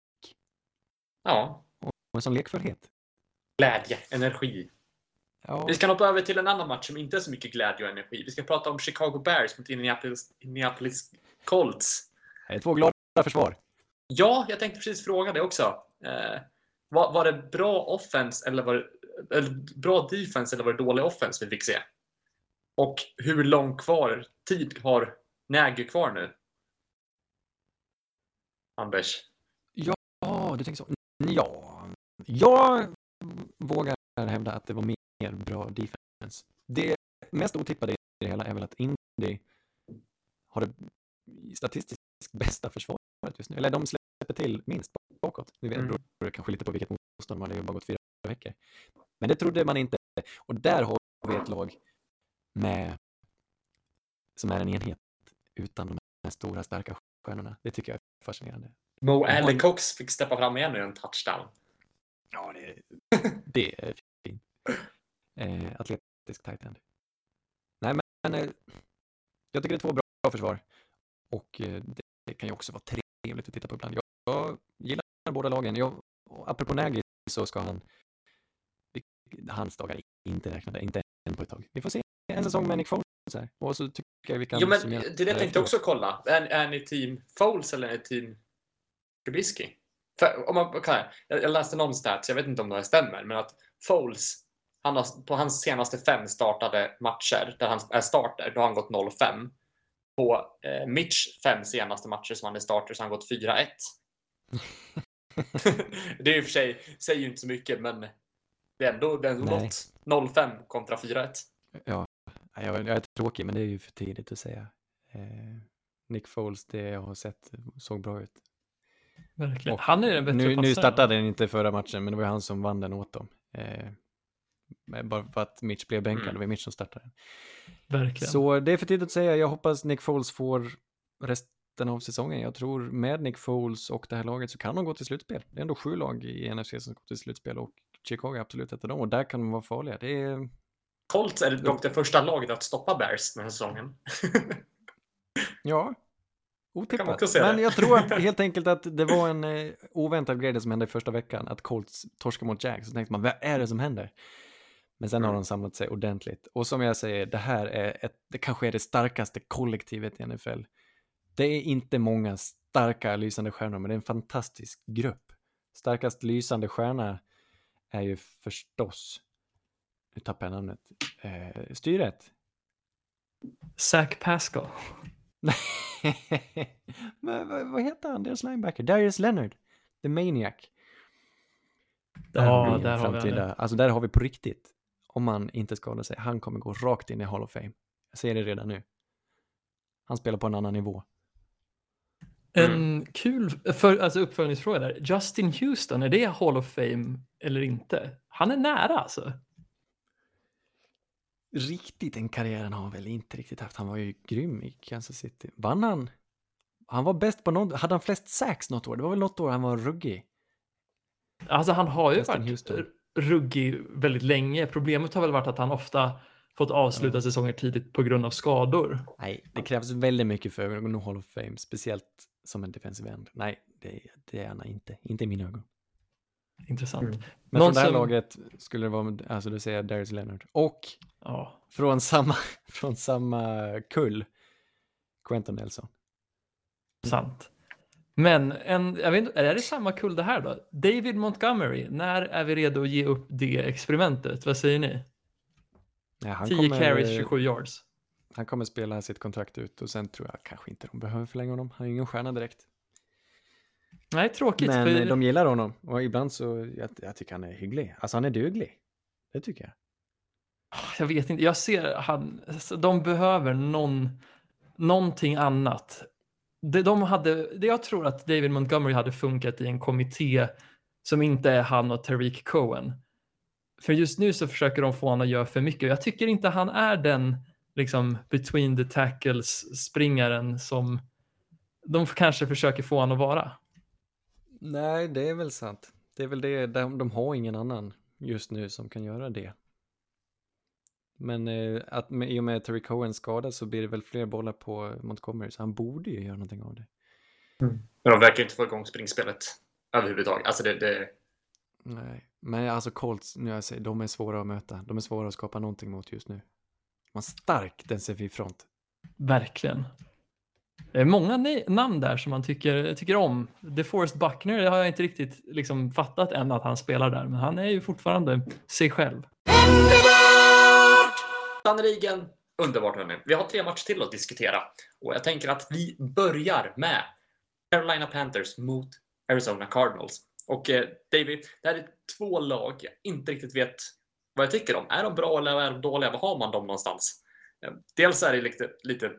Ja, och en sån lekfullhet. glädje, energi. Ja, Vi ska hoppa över till en annan match som inte är så mycket glädje och energi. Vi ska prata om Chicago Bears mot Indianapolis, Indianapolis Colts. det är två glada försvar. Ja, jag tänkte precis fråga det också. Eh, var, var det bra offense eller var det, eller bra defense eller var det dålig offense vi fick se? Och hur lång kvar tid har Nagy kvar nu? Anders. Ja, du tänker så. Ja, jag vågar hävda att det var mer bra defense. Det mest otippade i det hela är väl att Indy har det statistiskt bästa försvaret just nu. Eller de släpper till minst bakåt. Vi vet, Mm. beror det kanske lite på vilket De hade ju bara gått fyra veckor. Men det trodde man inte. Och där har vi ett lag med som är en enhet utan de här stora starka stjärnorna. Det tycker jag är fascinerande. Mo Alley-Cox fick steppa fram igen i en touchdown. Ja, det, det är fint. Eh, atletisk tight end. Nej, men eh, jag tycker det är två bra, bra försvar. Och eh, det, det kan ju också vara trevligt att titta på ibland. Jag, jag gillar båda lagen. Jag, apropå Nagy så ska han hans dagar är inte räknade, inte än på ett tag. Vi får se en säsong med Nick Foles här. Och så tycker jag vi kan... Jo, men det är det jag tänkte också kolla. Är, är ni team Foles eller är ni team Trubisky? För, om man, okay, jag, jag läste någon stats, jag vet inte om det här stämmer, men att Foles, han har, på hans senaste fem startade matcher, där han är starter, då har han gått noll fem. På eh, Mitch fem senaste matcher som han är starter så har han gått fyra ett. Det är ju för sig, säger ju inte så mycket, men det är ändå, det är ändå något. noll fem kontra fyra ett. Ja, jag, jag är tråkig, men det är ju för tidigt att säga. Eh, Nick Foles, det jag har sett, såg bra ut. Verkligen. Och han är den bättre nu, passaren. Nu startade den inte förra matchen, men det var han som vann den åt dem. Eh, bara för att Mitch blev bänkad, mm. det var Mitch som startade. Verkligen. Så det är för tidigt att säga. Jag hoppas Nick Foles får resten av säsongen. Jag tror med Nick Foles och det här laget så kan de gå till slutspel. Det är ändå sju lag i N F C som går till slutspel och Chicago är absolut ett av dem. Och där kan de vara farliga. Det är... Colts är dock det första laget att stoppa Bears den här säsongen. Ja, otippat. Men jag tror att, helt enkelt att det var en eh, oväntad grej som hände i första veckan. Att Colts torskar mot Jags. Så tänkte man, vad är det som händer? Men sen har de samlat sig ordentligt. Och som jag säger, det här är ett, det kanske är det starkaste kollektivet i N F L. Det är inte många starka lysande stjärnor, men det är en fantastisk grupp. Starkast lysande stjärna är ju förstås, nu tappar jag namnet, eh, styret. Zach Pascal. Men vad, vad heter han? Deras linebacker. Darius Leonard. The Maniac. Där ja, där har vi det. Alltså där har vi på riktigt. Om man inte skadar sig. Han kommer gå rakt in i Hall of Fame. Jag ser det redan nu. Han spelar på en annan nivå. En mm. kul för, alltså uppföljningsfråga där. Justin Houston, är det Hall of Fame eller inte? Han är nära alltså. Riktigt en karriären har han väl inte riktigt haft. Han var ju grym i Kansas City. Vann han? Han var bäst på något. Hade han flest sacks något år? Det var väl något år han var ruggig. Alltså han har ju Justin varit Houston. ruggig väldigt länge. Problemet har väl varit att han ofta fått avsluta mm. säsonger tidigt på grund av skador. Nej, det krävs väldigt mycket för att nå Hall of Fame. Speciellt som en defensive end. Nej, det, det är han inte. Inte i mina ögon. Intressant. Mm. Men Någon från det här som... laget skulle det vara, alltså du säger Darius Leonard. Och ja. från, samma, från samma kull, Quentin Nelson. Sant. Men en, jag vet inte, är det samma kull det här då? David Montgomery, när är vi redo att ge upp det experimentet? Vad säger ni? Ja, han tio kommer, carries, tjugosju yards. Han kommer spela sitt kontrakt ut och sen tror jag kanske inte de behöver förlänga honom. Han är ingen stjärna direkt. Nej, tråkigt. Men för... de gillar honom. Och ibland så, jag, jag tycker han är hygglig. Alltså han är duglig. Det tycker jag. Jag vet inte, jag ser han, de behöver någon, någonting annat. Det, de hade, det jag tror att David Montgomery hade funkat i en kommitté som inte är han och Tariq Cohen. För just nu så försöker de få honom att göra för mycket. Jag tycker inte han är den liksom between the tackles springaren som de kanske försöker få honom att vara. Nej, det är väl sant. Det är väl det, de, de har ingen annan just nu som kan göra det. Men eh, att med, i och med Tariq Cohen skada så blir det väl fler bollar på Montgomery, så han borde ju göra någonting av det. Mm. Men de verkar inte få igång springspelet överhuvudtaget. Alltså det, det... Nej, men alltså Colts, nu jag säger, de är svåra att möta. De är svåra att skapa någonting mot just nu. Man stark den ser vi front. Verkligen. Det är många ne- namn där som man tycker, tycker om. DeForest Buckner, det har jag inte riktigt liksom fattat än att han spelar där. Men han är ju fortfarande sig själv. Sannoliken underbart hörni. Vi har tre matcher till att diskutera. Och jag tänker att vi börjar med Carolina Panthers mot Arizona Cardinals. Och eh, David, det här är två lag jag inte riktigt vet vad jag tycker om. Är de bra eller är de dåliga? Var har man dem någonstans? Eh, dels är det lite, lite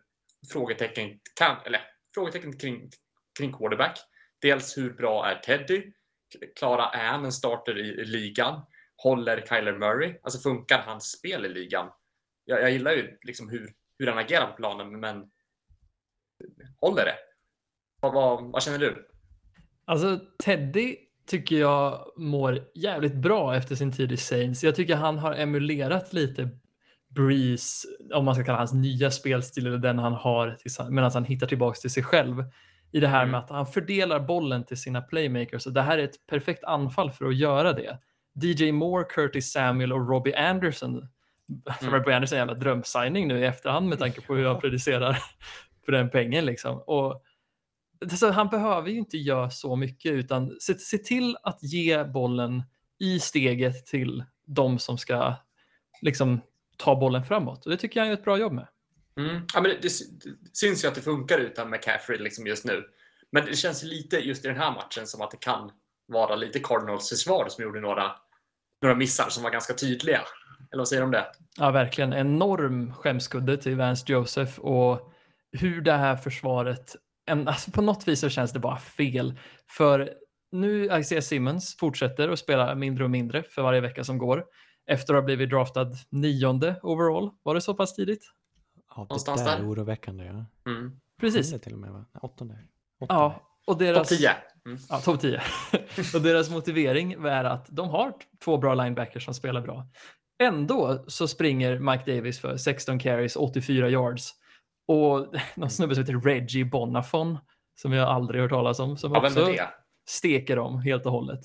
frågetecken, kan, eller, frågetecken kring, kring quarterback. Dels hur bra är Teddy? Klara är en starter i, i ligan. Håller Kyler Murray? Alltså funkar hans spel i ligan? Jag, jag gillar ju liksom hur, hur han agerar på planen, men håller det? Vad, vad, vad känner du? Alltså Teddy tycker jag mår jävligt bra efter sin tid i Saints. Jag tycker han har emulerat lite Breeze, om man ska kalla hans nya spelstil, eller den han har medan han hittar tillbaka till sig själv. I det här Mm. med att han fördelar bollen till sina playmakers. Och det här är ett perfekt anfall för att göra det. D J Moore, Curtis Samuel och Robbie Anderson. Mm. Robbie Anderson är en jävla drömsigning nu i efterhand med tanke på hur jag producerar för den pengen liksom. Och så han behöver ju inte göra så mycket, utan se, se till att ge bollen i steget till de som ska liksom ta bollen framåt. Och det tycker jag är ett bra jobb med. Mm. Ja, men det, det, det syns ju att det funkar utan McCaffrey liksom just nu. Men det känns lite just i den här matchen som att det kan vara lite Cardinals försvar som gjorde några, några missar som var ganska tydliga. Eller vad säger du om det? Ja, verkligen. Enorm skämskudde till Vance Joseph, och hur det här försvaret, en, alltså på något vis så känns det bara fel. För nu Isaiah Simmons fortsätter att spela mindre och mindre för varje vecka som går. Efter att ha blivit draftad nionde overall. Var det så pass tidigt? Ja, det Någonstans där är där. oroväckande, ja. Mm. Precis. Sjunde till och med, va? Åttonde. Åttonde. Ja, och deras... Topp tio. Mm. Ja, topp tio. Och deras motivering är att de har två bra linebackers som spelar bra. Ändå så springer Mike Davis för sexton carries, åttiofyra yards. Och någon snubbe som heter Reggie Bonafon, som jag aldrig hört talas om, som Ja, vem är också det? steker dem helt och hållet.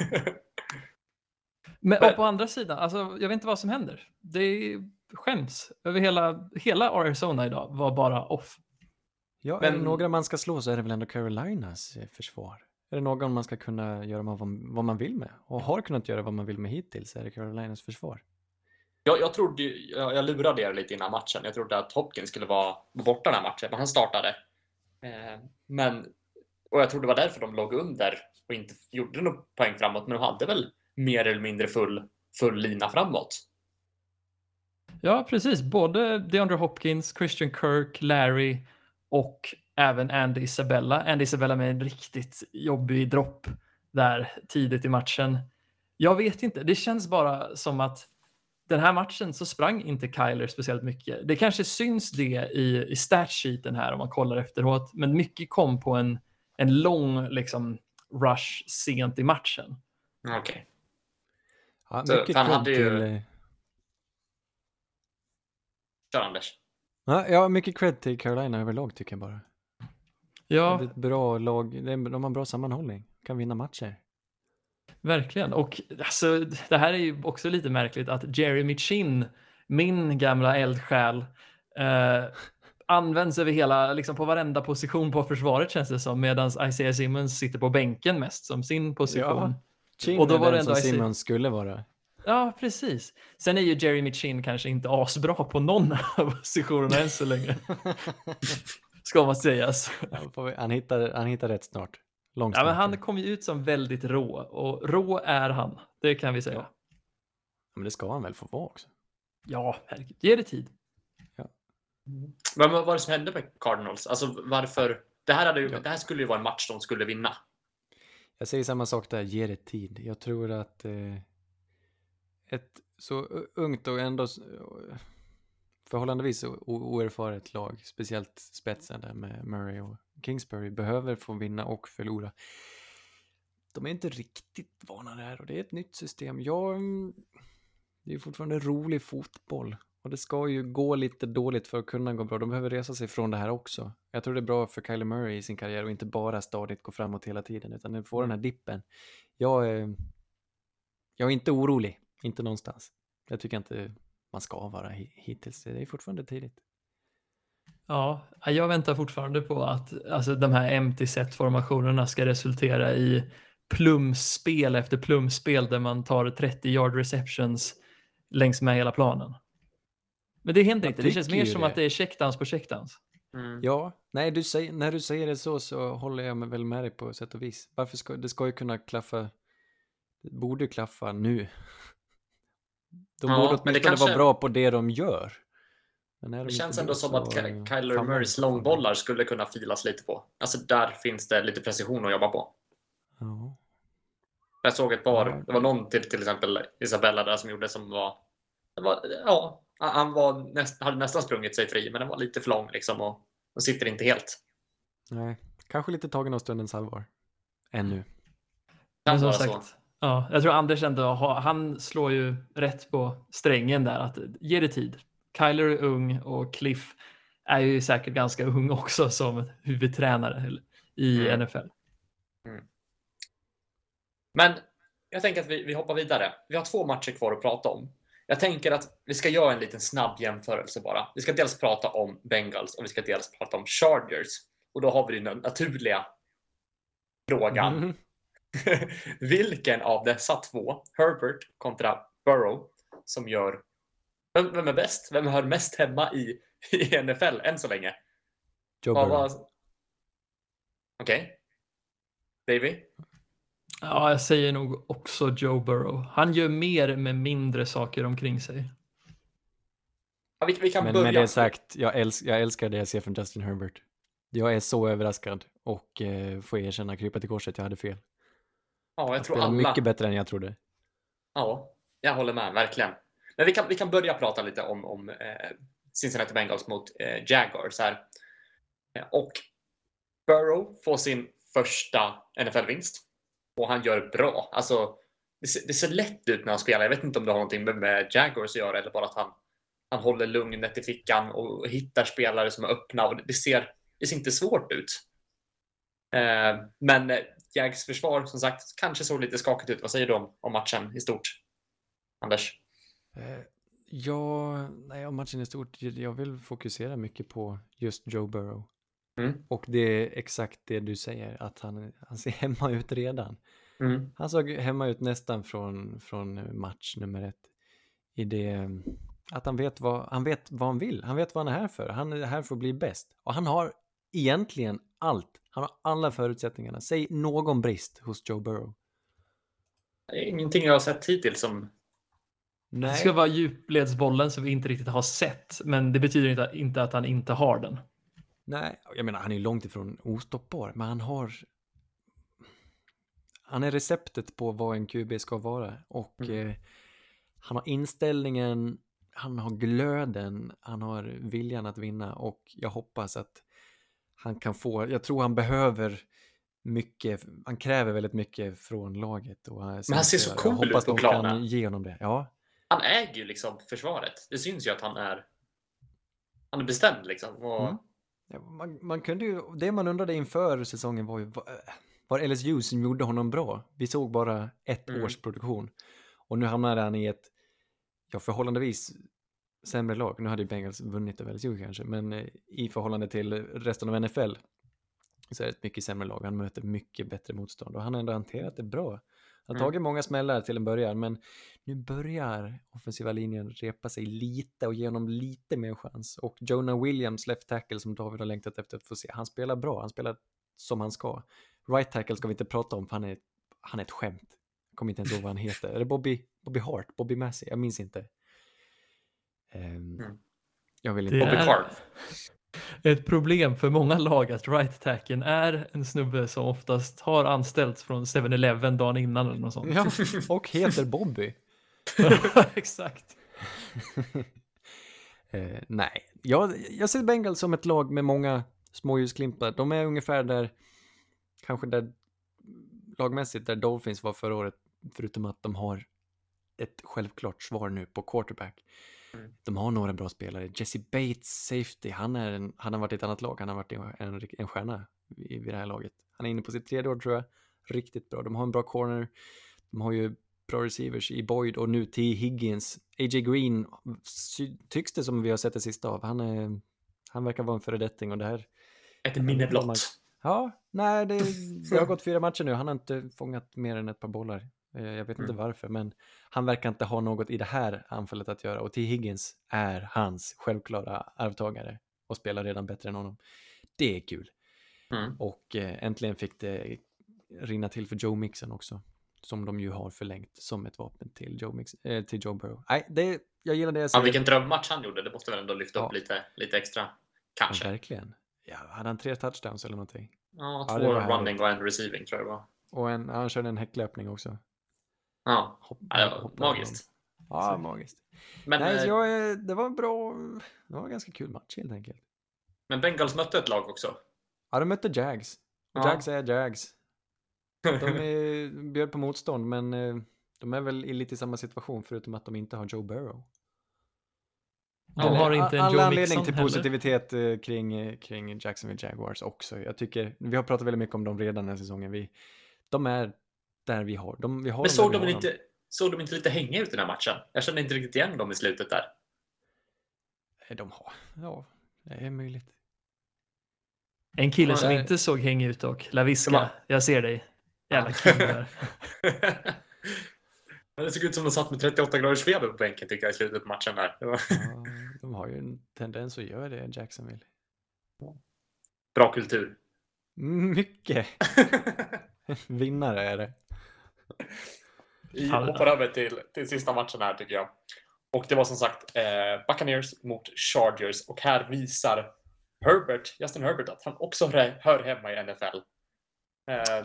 Men och på andra sidan, alltså, jag vet inte vad som händer. Det skäms över hela, hela Arizona idag var bara off. Ja, Men- är det några man ska slå så är det väl ändå Carolinas eh, försvar. Är det någon man ska kunna göra vad, vad man vill med? Och har kunnat göra vad man vill med hittills är det Carolinas försvar. Jag, jag trodde ju- jag, jag lurade er lite innan matchen. Jag trodde att Hopkins skulle vara borta den här matchen, men han startade. Eh, men, och jag trodde det var därför de låg under och inte gjorde någon poäng framåt, men de hade väl mer eller mindre full, full lina framåt. Ja, precis. Både DeAndre Hopkins, Christian Kirk, Larry och även Andy Isabella. Andy Isabella med en riktigt jobbig dropp där tidigt i matchen. Jag vet inte, det känns bara som att den här matchen så sprang inte Kyler speciellt mycket. Det kanske syns det i, i statsheeten här om man kollar efteråt, men mycket kom på en, en lång liksom, rush sent i matchen. Okej. Okay. Ja, Så, mycket för han cred hade ju- till... eh, Kör Anders. Ja, ja, mycket cred till Carolina överlag tycker jag bara. Ja, Det är ett bra lag, det är- de har bra sammanhållning. Kan vinna matcher. verkligen. Och alltså, det här är ju också lite märkligt att Jeremy Chin, min gamla eldsjäl, eh, används över hela, liksom på varenda position på försvaret känns det som, medan Isaiah Simmons sitter på bänken mest som sin position. Chin Och då är var den det ändå som Isaiah- Simmons skulle vara. Ja, precis. Sen är ju Jeremy Chin kanske inte asbra på någon av positionerna än så länge. Ska man sägas. Ja, får vi- han, hittar, han hittar rätt snart. Långt Ja, men snart. han kom ju ut som väldigt rå, och rå är han. Det kan vi säga. Ja. Men det ska han väl få vara också. Ja, herregud. Ge det tid. Men vad var det som hände med Cardinals? Alltså varför? Det här, hade ju, Ja. det här skulle ju vara en match de skulle vinna. Jag säger samma sak där, ge det tid. Jag tror att eh, ett så u- ungt och ändå s- förhållandevis o- oerfaret lag, speciellt spetsen där med Murray och Kingsbury, behöver få vinna och förlora. De är inte riktigt vana där och det är ett nytt system. Jag, mm, det är ju fortfarande rolig fotboll och det ska ju gå lite dåligt för att kunna gå bra. De behöver resa sig från det här också. Jag tror det är bra för Kyler Murray i sin karriär och inte bara stadigt gå framåt hela tiden utan den får den här dippen. Jag, är- jag är inte orolig, inte någonstans. Jag tycker inte man ska vara hi- hittills. Det är fortfarande tidigt. Ja, jag väntar fortfarande på att alltså, de här empty set-formationerna ska resultera i plumspel efter plumspel där man tar trettio yard receptions längs med hela planen. Men det händer Jag inte. Det känns tycker mer ju som det. att det är checkdowns på checkdowns. Mm. Ja, nej, du säger, när du säger det så så håller jag mig väl med dig på sätt och vis. Varför ska, det ska ju kunna klaffa, det borde klaffa nu. De Ja, borde men det åtminstone kanske- vara bra på det de gör. Men är de Det inte känns ändå det som så, att Ky- eh, Kyler famlar Murrays de långbollar skulle kunna filas lite på. Alltså där finns det lite precision att jobba på. Ja. Jag såg ett par, Ja. det var någon till, till exempel Isabella där som gjorde som var, det var ja, han var näst, hade nästan sprungit sig fri, men den var lite för lång liksom och, och sitter inte helt. Nej, kanske lite tagen av stundens allvar. Ännu. Men Kan som vara sagt, så. ja, jag tror Anders ändå har, han slår ju rätt på strängen där, att ge det tid. Kyler är ung och Cliff är ju säkert ganska ung också som huvudtränare i Mm. N F L. Men jag tänker att vi, vi hoppar vidare. Vi har två matcher kvar att prata om. Jag tänker att vi ska göra en liten snabb jämförelse bara. Vi ska dels prata om Bengals och vi ska dels prata om Chargers. Och då har vi den naturliga frågan. Mm. Vilken av dessa två, Herbert kontra Burrow, som gör... Vem, vem är bäst? Vem hör mest hemma i, i N F L än så länge? Joe Vad Burrow. var- Okej. Davy? Ja, jag säger nog också Joe Burrow. Han gör mer med mindre saker omkring sig. Ja, vi, vi kan Men börja. med det sagt, jag, äls- jag älskar det jag ser från Justin Herbert. Jag är så överraskad och eh, får erkänna, krypa till korset, jag hade fel. Ja, jag Han tror spelar alla... mycket bättre än jag trodde. Ja, jag håller med, verkligen. Men vi kan, vi kan börja prata lite om, om eh, Cincinnati Bengals mot eh, Jaguars här. Eh, och Burrow får sin första N F L-vinst. Och han gör bra. Alltså, det ser, det ser lätt ut när han spelar. Jag vet inte om det har någonting med, med Jaguars att göra eller bara att han, han håller lugnet i fickan och hittar spelare som är öppna. Och det, ser, det ser inte svårt ut. Eh, men eh, Jags försvar, som sagt, kanske såg lite skakigt ut. Vad säger du om, om matchen i stort, Anders? Eh, ja, nej, om matchen är stort, jag vill fokusera mycket på just Joe Burrow. Mm. Och det är exakt det du säger, att han, han ser hemma ut redan. Mm. Han såg hemma ut nästan från, från match nummer ett. I det att han vet, vad, han vet vad han vill. Han vet vad han är här för. Han är här för att bli bäst. Och han har egentligen allt. Han har alla förutsättningarna. Säg någon brist hos Joe Burrow. Det är ingenting jag har sett hittills som... Nej. Det ska vara djupledsbollen som vi inte riktigt har sett, men det betyder inte, inte att han inte har den. Nej, jag menar han är långt ifrån ostoppbar, men han har han är receptet på vad en Q B ska vara och Mm. eh, han har inställningen, han har glöden, han har viljan att vinna och jag hoppas att han kan få, jag tror han behöver mycket, han kräver väldigt mycket från laget. Och Men han ser så jag cool ut hoppas på de planen. kan ge honom det. Ja, Han äger ju liksom försvaret. Det syns ju att han är han är bestämd liksom. Och... Mm. Ja, man, man kunde ju, det man undrade inför säsongen var ju var, var L S U som gjorde honom bra. Vi såg bara ett Mm. års produktion och nu hamnade han i ett ja, förhållandevis sämre lag. Nu hade ju Bengals vunnit över L S U kanske, men eh, i förhållande till resten av N F L så är det ett mycket sämre lag. Han möter mycket bättre motstånd och han har ändå hanterat det bra. Han har Mm. tagit många smällar till en början, men nu börjar offensiva linjen repa sig lite och ge honom lite mer chans. Och Jonah Williams, left tackle, som David har längtat efter att få se, han spelar bra, han spelar som han ska. Right tackle ska vi inte prata om, för han är, han är ett skämt. Jag kommer inte ens ihåg vad han heter. Är det Bobby, Bobby Hart? Bobby Massey? Jag minns inte. Um, Mm. Jag vill inte... Det Bobby är Carr. ett problem för många lag att right tacken är en snubbe som oftast har anställts från seven eleven dagen innan eller något sånt. Ja, och heter Bobby. Exakt. Eh, nej, jag, jag ser Bengals som ett lag med många småljusglimpar. De är ungefär där, kanske där lagmässigt där Dolphins var förra året, förutom att de har ett självklart svar nu på quarterback. Mm. De har några bra spelare. Jesse Bates, safety, han, är en, han har varit i ett annat lag, han har varit en, en, en stjärna vid, vid det här laget. Han är inne på sitt tredje år tror jag, riktigt bra. De har en bra corner, de har ju bra receivers i Boyd och nu T. Higgins. A J Green tycks det som vi har sett det sista av. Han, är, han verkar vara en föredetting och det här... Ett minne blott. Ja, nej, det, det har gått fyra matcher nu. Han har inte fångat mer än ett par bollar. Jag vet inte Mm. varför, men han verkar inte ha något i det här anfallet att göra. Och T. Higgins är hans självklara arvtagare och spelar redan bättre än honom. Det är kul. Mm. Och eh, äntligen fick det rinna till för Joe Mixon också. Som de ju har förlängt som ett vapen till Joe, Mix, eh, till Joe Burrow. Nej, det, jag gillar det jag Ja, säger. vilken drömmatch han gjorde. Det måste väl ändå lyfta Ja. upp lite, lite extra. Ja, Kanske. verkligen. Ja, hade han tre touchdowns eller någonting? Ja, Ja, två det var härligt. running och en receiving tror jag det var. Och en, han körde en häcklöpning också. Ja, Hopp, ja det var hoppade magiskt. någon. Ja, magiskt. Men, Nej, eh, så jag, eh, det var en bra, det var en ganska kul match helt enkelt. men Bengals mötte ett lag också. Ja, de mötte Jags. Och Ja. Jags är Jags. De är, bjöd på motstånd, men eh, de är väl i lite samma situation förutom att de inte har Joe Burrow. De har inte en all Joe anledning Mixon till heller. positivitet eh, kring, eh, kring Jacksonville Jaguars också. Jag tycker, vi har pratat väldigt mycket om dem redan den här säsongen. Vi, de är där vi har. De, vi har Men dem såg där de, vi har inte, såg de inte lite hänga ut i den här matchen? Jag kände inte riktigt igen dem i slutet där. dem. De har, ja, det är möjligt. En kille Ja, som nej. inte såg häng ut dock. Laviska, Kom on. jag ser dig. Jävla kille där. Men det såg ut som de satt med trettioåtta graders feber på bänken tycker jag i slutet på matchen där. Det var Ja, de har ju en tendens att göra det, Jacksonville. bra kultur. Mycket. Vinnare är det. Vi Fan. hoppar över till, till sista matchen här tycker jag. Och det var som sagt eh, Buccaneers mot Chargers. Och här visar Herbert, Justin Herbert att han också hör, hör hemma i N F L. Eh,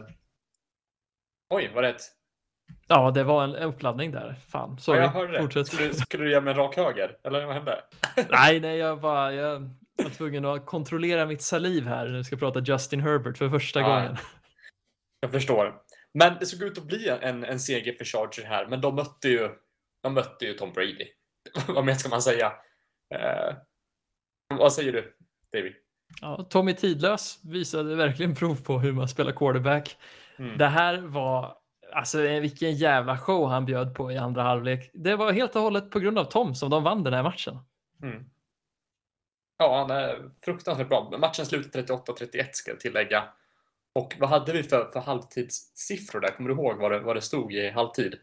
oj, var det ett... Ja, det var en uppladdning där. Fan, sorry. Ja, jag hörde det. Fortsätt. Skulle, du- skulle du ge mig en rak höger? Eller vad hände? Nej, nej, jag var, jag var tvungen att kontrollera mitt saliv här. Nu ska jag prata Justin Herbert för första Ja. gången. Jag förstår. Men det såg ut att bli en, en seger för Chargers här. Men de mötte ju, de mötte ju Tom Brady. Vad mer ska man säga? Eh, vad säger du, David? Ja, Tommy Tidlös visade verkligen prov på hur man spelar quarterback. Mm. Det här var, alltså vilken jävla show han bjöd på i andra halvlek. Det var helt och hållet på grund av Tom som de vann den här matchen. Mm. Ja, han är fruktansvärt bra. Matchen slutade trettioåtta trettioett ska jag tillägga. Och vad hade vi för, för halvtidssiffror där? Kommer du ihåg vad det, vad det stod i halvtid?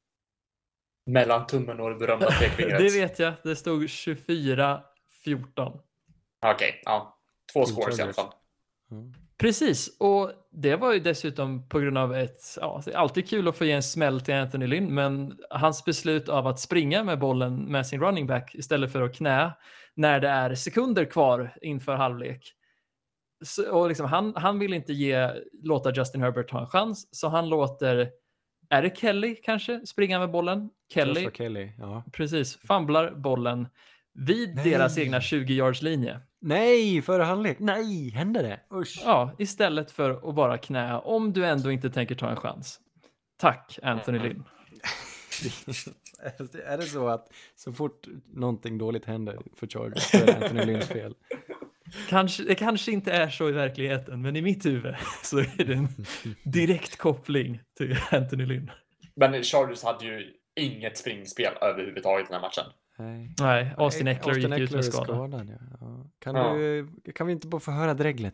Mellan tummen och det berömda pekfingret. Det vet jag, det stod tjugofyra fjorton. Okej, ja. Två Till scores i alla Chargers. fall. Mm. Precis, och det var ju dessutom på grund av ett, ja, det är alltid kul att få ge en smäll till Anthony Lynn, men hans beslut av att springa med bollen med sin running back istället för att knä när det är sekunder kvar inför halvlek. Så, och liksom, han, han vill inte ge, låta Justin Herbert ha en chans, så han låter, är det Kelly kanske, springa med bollen? Kelly, Joshua Kelly, ja. precis, famblar bollen vid Nej. deras egna tjugo yards linje. Nej, före halvlek. Nej, hände det? Usch. Ja, istället för att bara knä om du ändå inte tänker ta en chans. Tack, Anthony Mm. Lynn. Är det så att så fort någonting dåligt händer för Chargers så är det Anthony Lynns fel? Kanske, det kanske inte är så i verkligheten, men i mitt huvud så är det en direkt koppling till Anthony Lynn. Men Chargers hade ju inget springspel överhuvudtaget i den här matchen. Nej. Nej, Austin Nej, Eckler gick ut Eckler med är skada. skadad, ja. Ja. Kan, Ja. Du, kan vi inte bara få höra dreglet?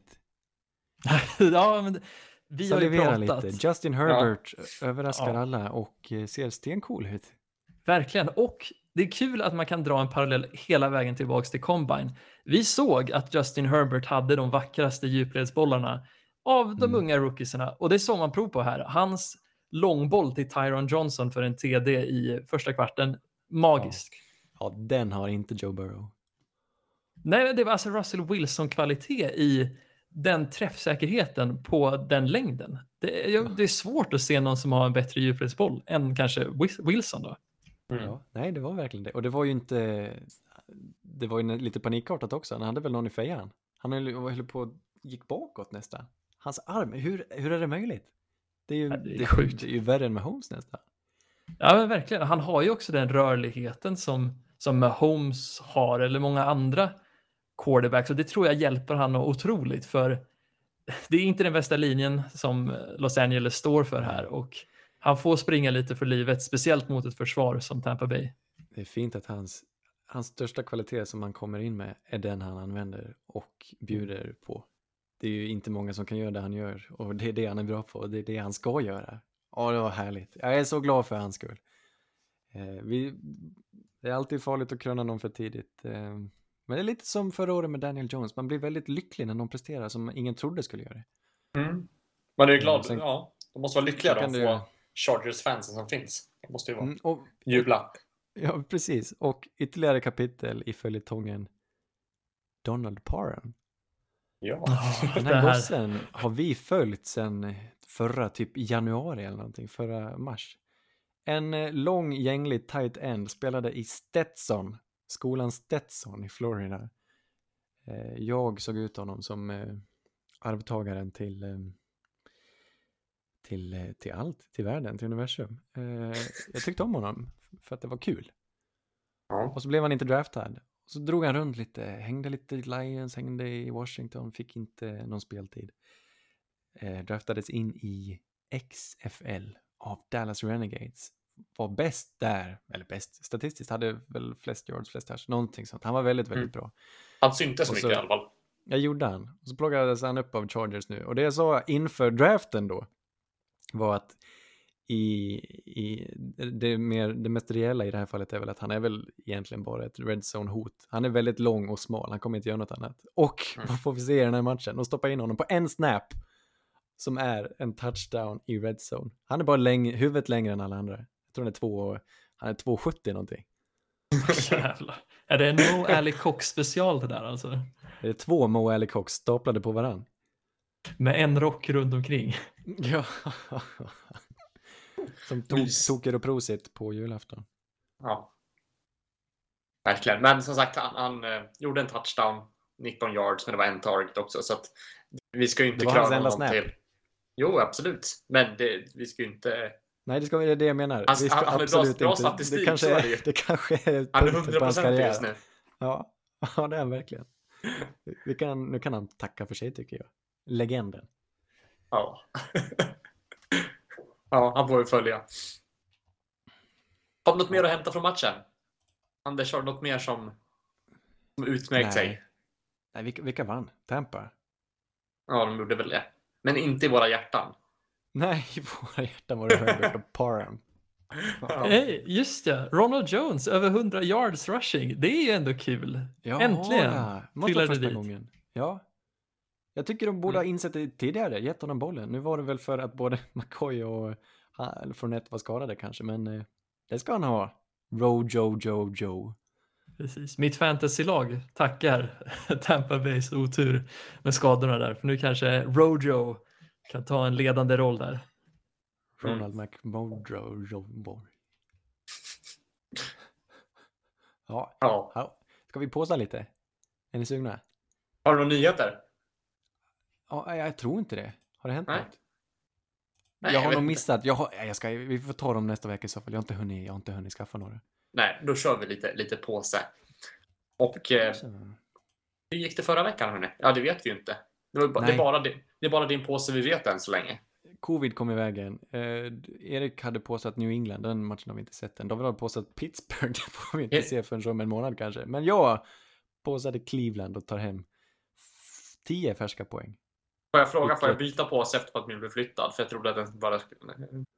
Ja, men vi har ju Salivera pratat. lite. Justin Herbert överraskar Ja. alla och eh, ser stencool ut. Verkligen, och det är kul att man kan dra en parallell hela vägen tillbaka till Combine. Vi såg att Justin Herbert hade de vackraste djupledsbollarna av de Mm. unga rookiesarna, och det såg man prov på här. Hans långboll till Tyron Johnson för en T D i första kvarten, magisk. Ja, den har inte Joe Burrow. Nej, det var alltså Russell Wilson-kvalitet i den träffsäkerheten på den längden. Det är, det är svårt att se någon som har en bättre djupledsboll än kanske Wis- Wilson då. Mm. Ja, nej, det var verkligen det. Och det var ju inte... Det var ju lite panikartat också. Han hade väl någon i fejan. Han höll, höll på gick bakåt nästan. Hans arm, hur, hur är det möjligt? Det är ju, Ja, det är det, sjukt. det är ju värre än Mahomes nästan. Ja, men verkligen. Han har ju också den rörligheten som, som Mahomes har, eller många andra quarterbacks, och det tror jag hjälper han otroligt, för det är inte den bästa linjen som Los Angeles står för här, och han får springa lite för livet, speciellt mot ett försvar som Tampa Bay. Det är fint att hans, hans största kvalitet som han kommer in med är den han använder och bjuder på. Det är ju inte många som kan göra det han gör, och det är det han är bra på, och det är det han ska göra. Ja, det var härligt. Jag är så glad för hans skull. Eh, vi, det är alltid farligt att kröna någon för tidigt. Eh, men det är lite som förra året med Daniel Jones. Man blir väldigt lycklig när någon presterar som ingen trodde skulle göra det. Mm. Man är ju glad. Mm, sen- Ja, de måste vara lyckliga så de kan få det- Chargers-fansen som finns. De måste ju vara Mm, och, jubla. ja, precis. Och ytterligare kapitel i följetongen Donald Parham. Ja. Den Det här här- gossen har vi följt sedan förra, typ i januari eller någonting, förra mars. En eh, lång, gänglig tight end spelade i Stetson, skolan Stetson i Florida. Eh, jag såg ut honom som eh, arvtagaren till, eh, till, eh, till allt, till världen, till universum. Eh, jag tyckte om honom för att det var kul. Ja. Och så blev han inte draftad. Så drog han runt lite, hängde lite i Lions, hängde i Washington, fick inte någon speltid. Eh, draftades in i X F L av Dallas Renegades. Var bäst där, eller bäst statistiskt, hade väl flest yards, flest touch, någonting sånt. Han var väldigt, väldigt Mm. bra. Han syntes Och mycket så- i alla fall. Jag gjorde han. Och så plockades han upp av Chargers nu. Och det jag sa inför draften då var att i, i det, mer, det mest reella i det här fallet är väl att han är väl egentligen bara ett red zone-hot. Han är väldigt lång och smal. Han kommer inte göra något annat. Och Mm. vad får vi se i den här matchen? Och stoppa in honom på en snap som är en touchdown i red zone. Han är bara läng- huvudet längre än alla andra. Jag tror han är två, han är två sjuttio någonting. Jävlar. Är det en Mo Alley Cox special det där alltså? Det är två Mo Alley Cox staplade på varann. Med en rock runt omkring. Ja. Som tog, Mys. toker och prosit på julafton. Ja. Verkligen. Men som sagt, han, han eh, gjorde en touchdown, nitton yards, men det var en target också. Så att vi ska ju inte Det var hans klara enda honom snap. till. Jo, absolut. Men det, vi ska ju inte... Nej, det, ska, det är det jag menar. Han- Vi ska han- han är bra- absolut bra inte, statistik, det kanske så är är, det ju. det kanske är Han är punkten hundra på hans procent karriär. just nu. Ja, ja, det är han verkligen. Vi kan, nu kan han tacka för sig, tycker jag. Legenden. Ja. Ja, han får ju följa. Har du något mer att hämta från matchen? Anders, har du något mer som, som utmärkt Nej. sig? Nej, vilka, vilka vann? Tampa? Ja, de gjorde väl det. Men inte i våra hjärtan. Nej, i våra hjärtan var det Herbert och Parham. Ja. Hej, just det. Ronald Jones, över hundra yards rushing. Det är ju ändå kul. Ja, Äntligen ja. Måste trillade vara första dit. gången. Ja. Jag tycker de borde ha Mm. insett det tidigare, gett honom bollen. Nu var det väl för att både McCoy och han, Fournette var skadade kanske, men eh, det ska han ha. Rojo, Joe, Joe. Precis. Mitt fantasylag tackar Tampa Bays otur med skadorna där. För nu kanske Rojo kan ta en ledande roll där. Ronald McModro, Joe. Ja, Ja. ja, ska vi påsa lite? Är ni sugna? Har du några nyheter? Ja, jag tror inte det. Har det hänt Nej. något? Nej, jag har vet nog inte. missat. Jag har, jag ska, vi får ta dem nästa vecka i så fall. Jag har inte hunnit, jag har inte hunnit skaffa några. Nej, då kör vi lite, lite påse. Och eh, Så. hur gick det förra veckan, hörni? Ja, det vet vi ju inte. Det, var, ba- det, Nej. är bara, det, det är bara din påse vi vet än så länge. Covid kom i vägen. Eh, Erik hade påsatt New England. Den matchen har vi inte sett än. De vill ha påsatt Pittsburgh. Det får vi inte Eh. se förrän om en månad kanske. Men jag påsade Cleveland och tar hem f- tio färska poäng. Får jag fråga, får jag Vilket- byta påse efter att min blev flyttad? För jag trodde att den bara skulle...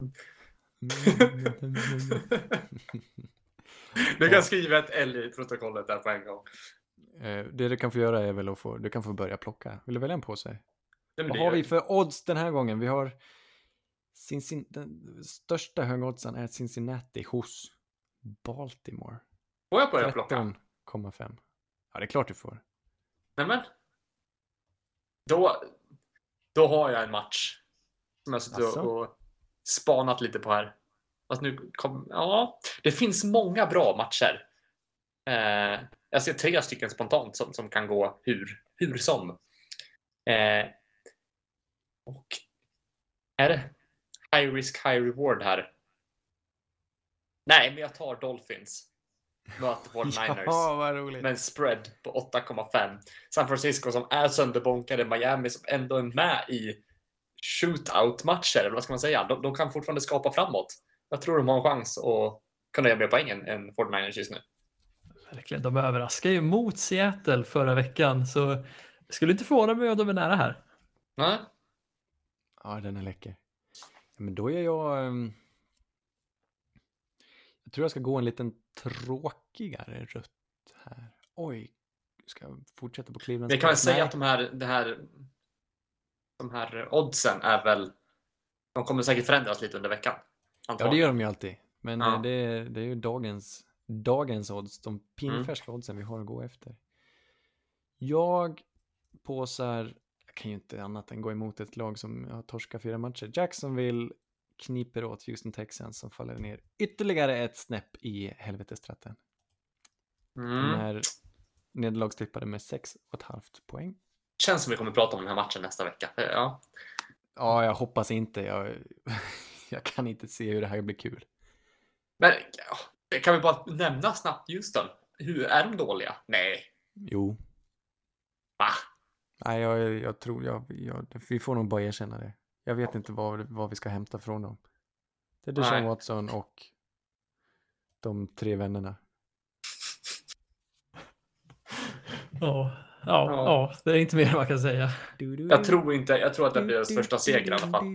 Du kan skriva ett L i protokollet där på en gång. Eh, det du kan få göra är väl att få, du kan få börja plocka. Vill du välja en påse? Nej, men Vad det har gör- vi för odds den här gången? Vi har Cincin- den största högoddsen är Cincinnati hos Baltimore. Får jag börja plocka? tretton komma fem. Ja, det är klart du får. Nej, men. Då, då har jag en match som jag suttit Asså? och, och spanat lite på här. Fast nu kom, ja, det finns många bra matcher. Eh, jag ser tre stycken spontant som, som kan gå hur, hur som. Eh, och är det high risk, high reward här? Nej, men jag tar Dolphins. Möter forty-niners. Ja, vad roligt. Med en spread på åtta komma fem. San Francisco som är sönderbonkade, Miami som ändå är med i shootout-matcher, eller vad ska man säga? De, de kan fortfarande skapa framåt. Jag tror de har en chans att kunna göra mer poäng än, än forty-niners just nu. Verkligen, de överraskar ju mot Seattle förra veckan. Så jag skulle inte förvåna mig om de är nära här. Nej? Ja, den är läcker. Ja, men då är jag... ehm, Jag tror jag ska gå en liten tråkigare rött här. Oj, ska jag fortsätta på Cleveland? Vi kan väl säga Nej. att de här, det här, de här oddsen är väl... De kommer säkert förändras lite under veckan. Ja, det antagligen. gör de ju alltid. Men Ja. eh, det, är, det är ju dagens, dagens odds, de pinfärska Mm. oddsen vi har att gå efter. Jag påsar, kan ju inte annat än gå emot ett lag som har torskat fyra matcher. Jacksonville kniper åt Houston Texans som faller ner ytterligare ett snäpp i helvetestratten. Mm. De är nederlagstippade med sex och ett halvt poäng. Känns som vi kommer prata om den här matchen nästa vecka. Ja, Ja, jag hoppas inte. Jag, jag kan inte se hur det här blir kul. men ja, kan vi bara nämna snabbt Houston? Hur är de dåliga? Nej. Jo. Va? Nej, jag, jag tror... Jag, jag, vi får nog bara erkänna det. Jag vet inte vad, vad vi ska hämta från dem. Det är Deshaun Nej. Watson och de tre vännerna. Ja, ja, ja, det är inte mer man kan säga. Jag tror inte, jag tror att det blir deras första seger i alla fall.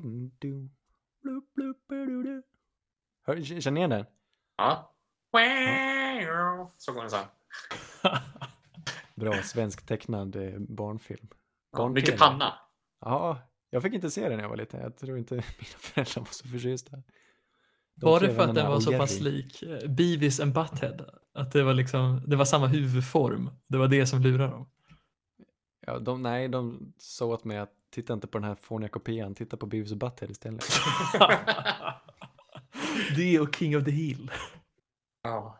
Hör, känner ni igen den? Ja. Så går den sen. Bra svensk tecknad eh, barnfilm. Ja, mycket panna. Ja, jag fick inte se den när jag var liten. Jag tror inte mina föräldrar var så förtjusta. De Var tre det för att den vännerna var och så Jerry. pass lik eh, Beavis and Butthead? Att det var liksom, det var samma huvudform. Det var det som lurade dem. Ja, de, nej, de sa åt mig att titta inte på den här fåniga kopian. Titta på Beavis och Butthead istället. Det och King of the Hill. Ja.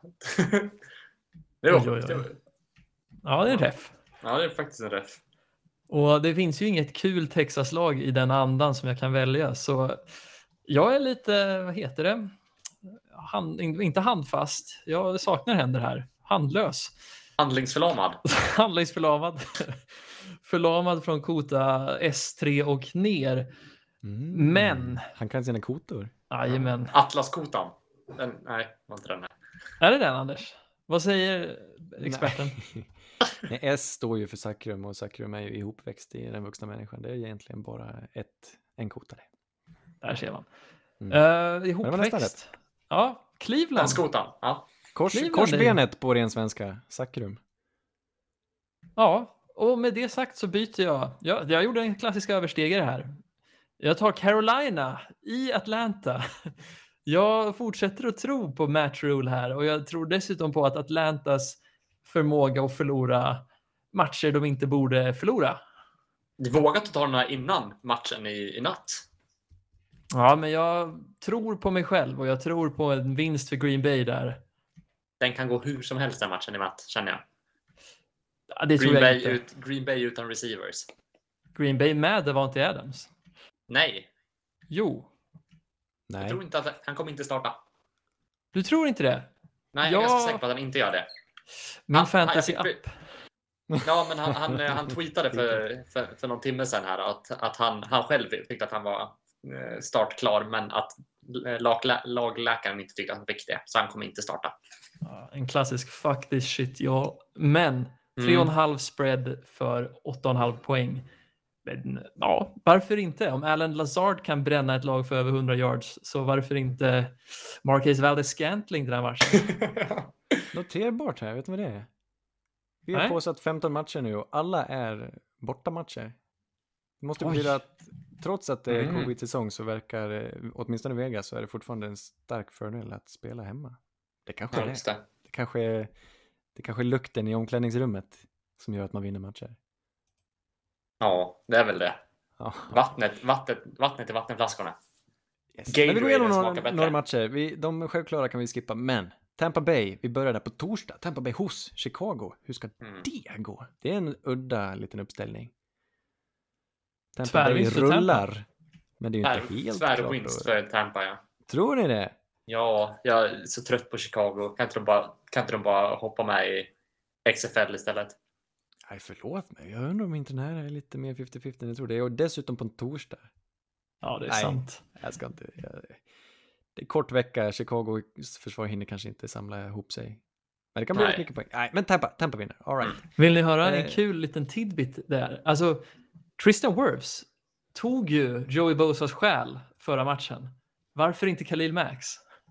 Det var, Oj, oj, oj. det var, Ja, det är en träff. ja, det är faktiskt en rätt. Och det finns ju inget kul Texas-lag i den andan som jag kan välja. Så jag är lite, vad heter det? Hand, inte handfast. Jag saknar händer här. Handlös. Handlingsförlamad. Handlingsförlamad. Förlamad från kota S tre och ner. Mm. Men. Han kan sina kotor. Jajamän. Atlaskotan. Den, nej, var inte den här. Är det den, Anders? Vad säger experten? Nej. Nej, S står ju för sakrum och sakrum är ju ihopväxt i den vuxna människan. Det är egentligen bara ett, en kota. Där ser man. Mm. Uh, Men det var nästan ihopväxt. Ja, Cleveland. Den skotan. Ja. Kors, Cleveland korsbenet på ren svenska. Sakrum. Ja, och med det sagt så byter jag. Jag, jag gjorde en klassisk överstegare här. Jag tar Carolina i Atlanta. Jag fortsätter att tro på Matt Rule här och jag tror dessutom på att Atlantas förmåga att förlora matcher de inte borde förlora. Du vågat ta den här innan matchen i, i natt. Ja, men jag tror på mig själv och jag tror på en vinst för Green Bay där. Den kan gå hur som helst den matchen i natt, känner jag. Ja, det Green tror jag Bay, inte. ut, Green Bay utan receivers. Green Bay med Davante Adams. Nej, Jo, jag Nej. tror inte att han kommer inte starta. du tror inte det? Nej, Ja. jag är ganska säker på att han inte gör det. Min Han- fantasy-app. jag fick- Ja, men han, han, han tweetade för, för, för någon timme sedan här att, att han, han själv tyckte att han var eh, startklar, men att lag, lagläkaren inte tyckte att han fick det, så han kommer inte starta. Ja, en klassisk fuck this shit, ja. Men tre och en halv spread för åtta och en halv poäng. Men ja, varför inte? Om Alan Lazard kan bränna ett lag för över hundra yards, så varför inte Marquez Valdes-Scantling den här matchen? Noterbart här, vet du vad det är? Vi har Nej. påsatt femton matcher nu och alla är bortamatcher. Det måste Oj. betyda att trots att det är Mm. covid-säsong så verkar, eh, åtminstone i Vegas, så är det fortfarande en stark fördel att spela hemma. Det kanske är Ja, det. just det. Det kanske är, det kanske är lukten i omklädningsrummet som gör att man vinner matcher. Ja, det är väl det. Ja. Vattnet, vattnet, vattnet i vattenflaskorna. Yes. Men vi går Gatorade igenom smakar några, bättre. några matcher. Vi, de självklara kan vi skippa, men Tampa Bay, vi börjar där på torsdag. Tampa Bay hos Chicago. Hur ska Mm. det gå? Det är en udda liten uppställning. Tampa Tvärvinst Bay för Tampa. rullar. Men det är ju inte Tvär, helt tvär klart. vinst då. för Tampa, ja. Tror ni det? Ja, jag är så trött på Chicago. Kan inte de bara, kan inte de bara hoppa med i X F L istället? Nej, förlåt mig. Jag undrar om inte den här är lite mer femtio femtio än jag tror. Det är dessutom på en torsdag. Ja, det är Nej. sant. Jag ska inte... Jag, det är kort vecka. Chicagos försvar hinner kanske inte samla ihop sig. Men det kan bli Nej. rätt mycket poäng. Nej, men Tampa, Tampa vinner. All right. Vill ni höra en Eh. kul liten tidbit där? Alltså, Tristan Wirfs tog ju Joey Bosas själ förra matchen. Varför inte Khalil Max?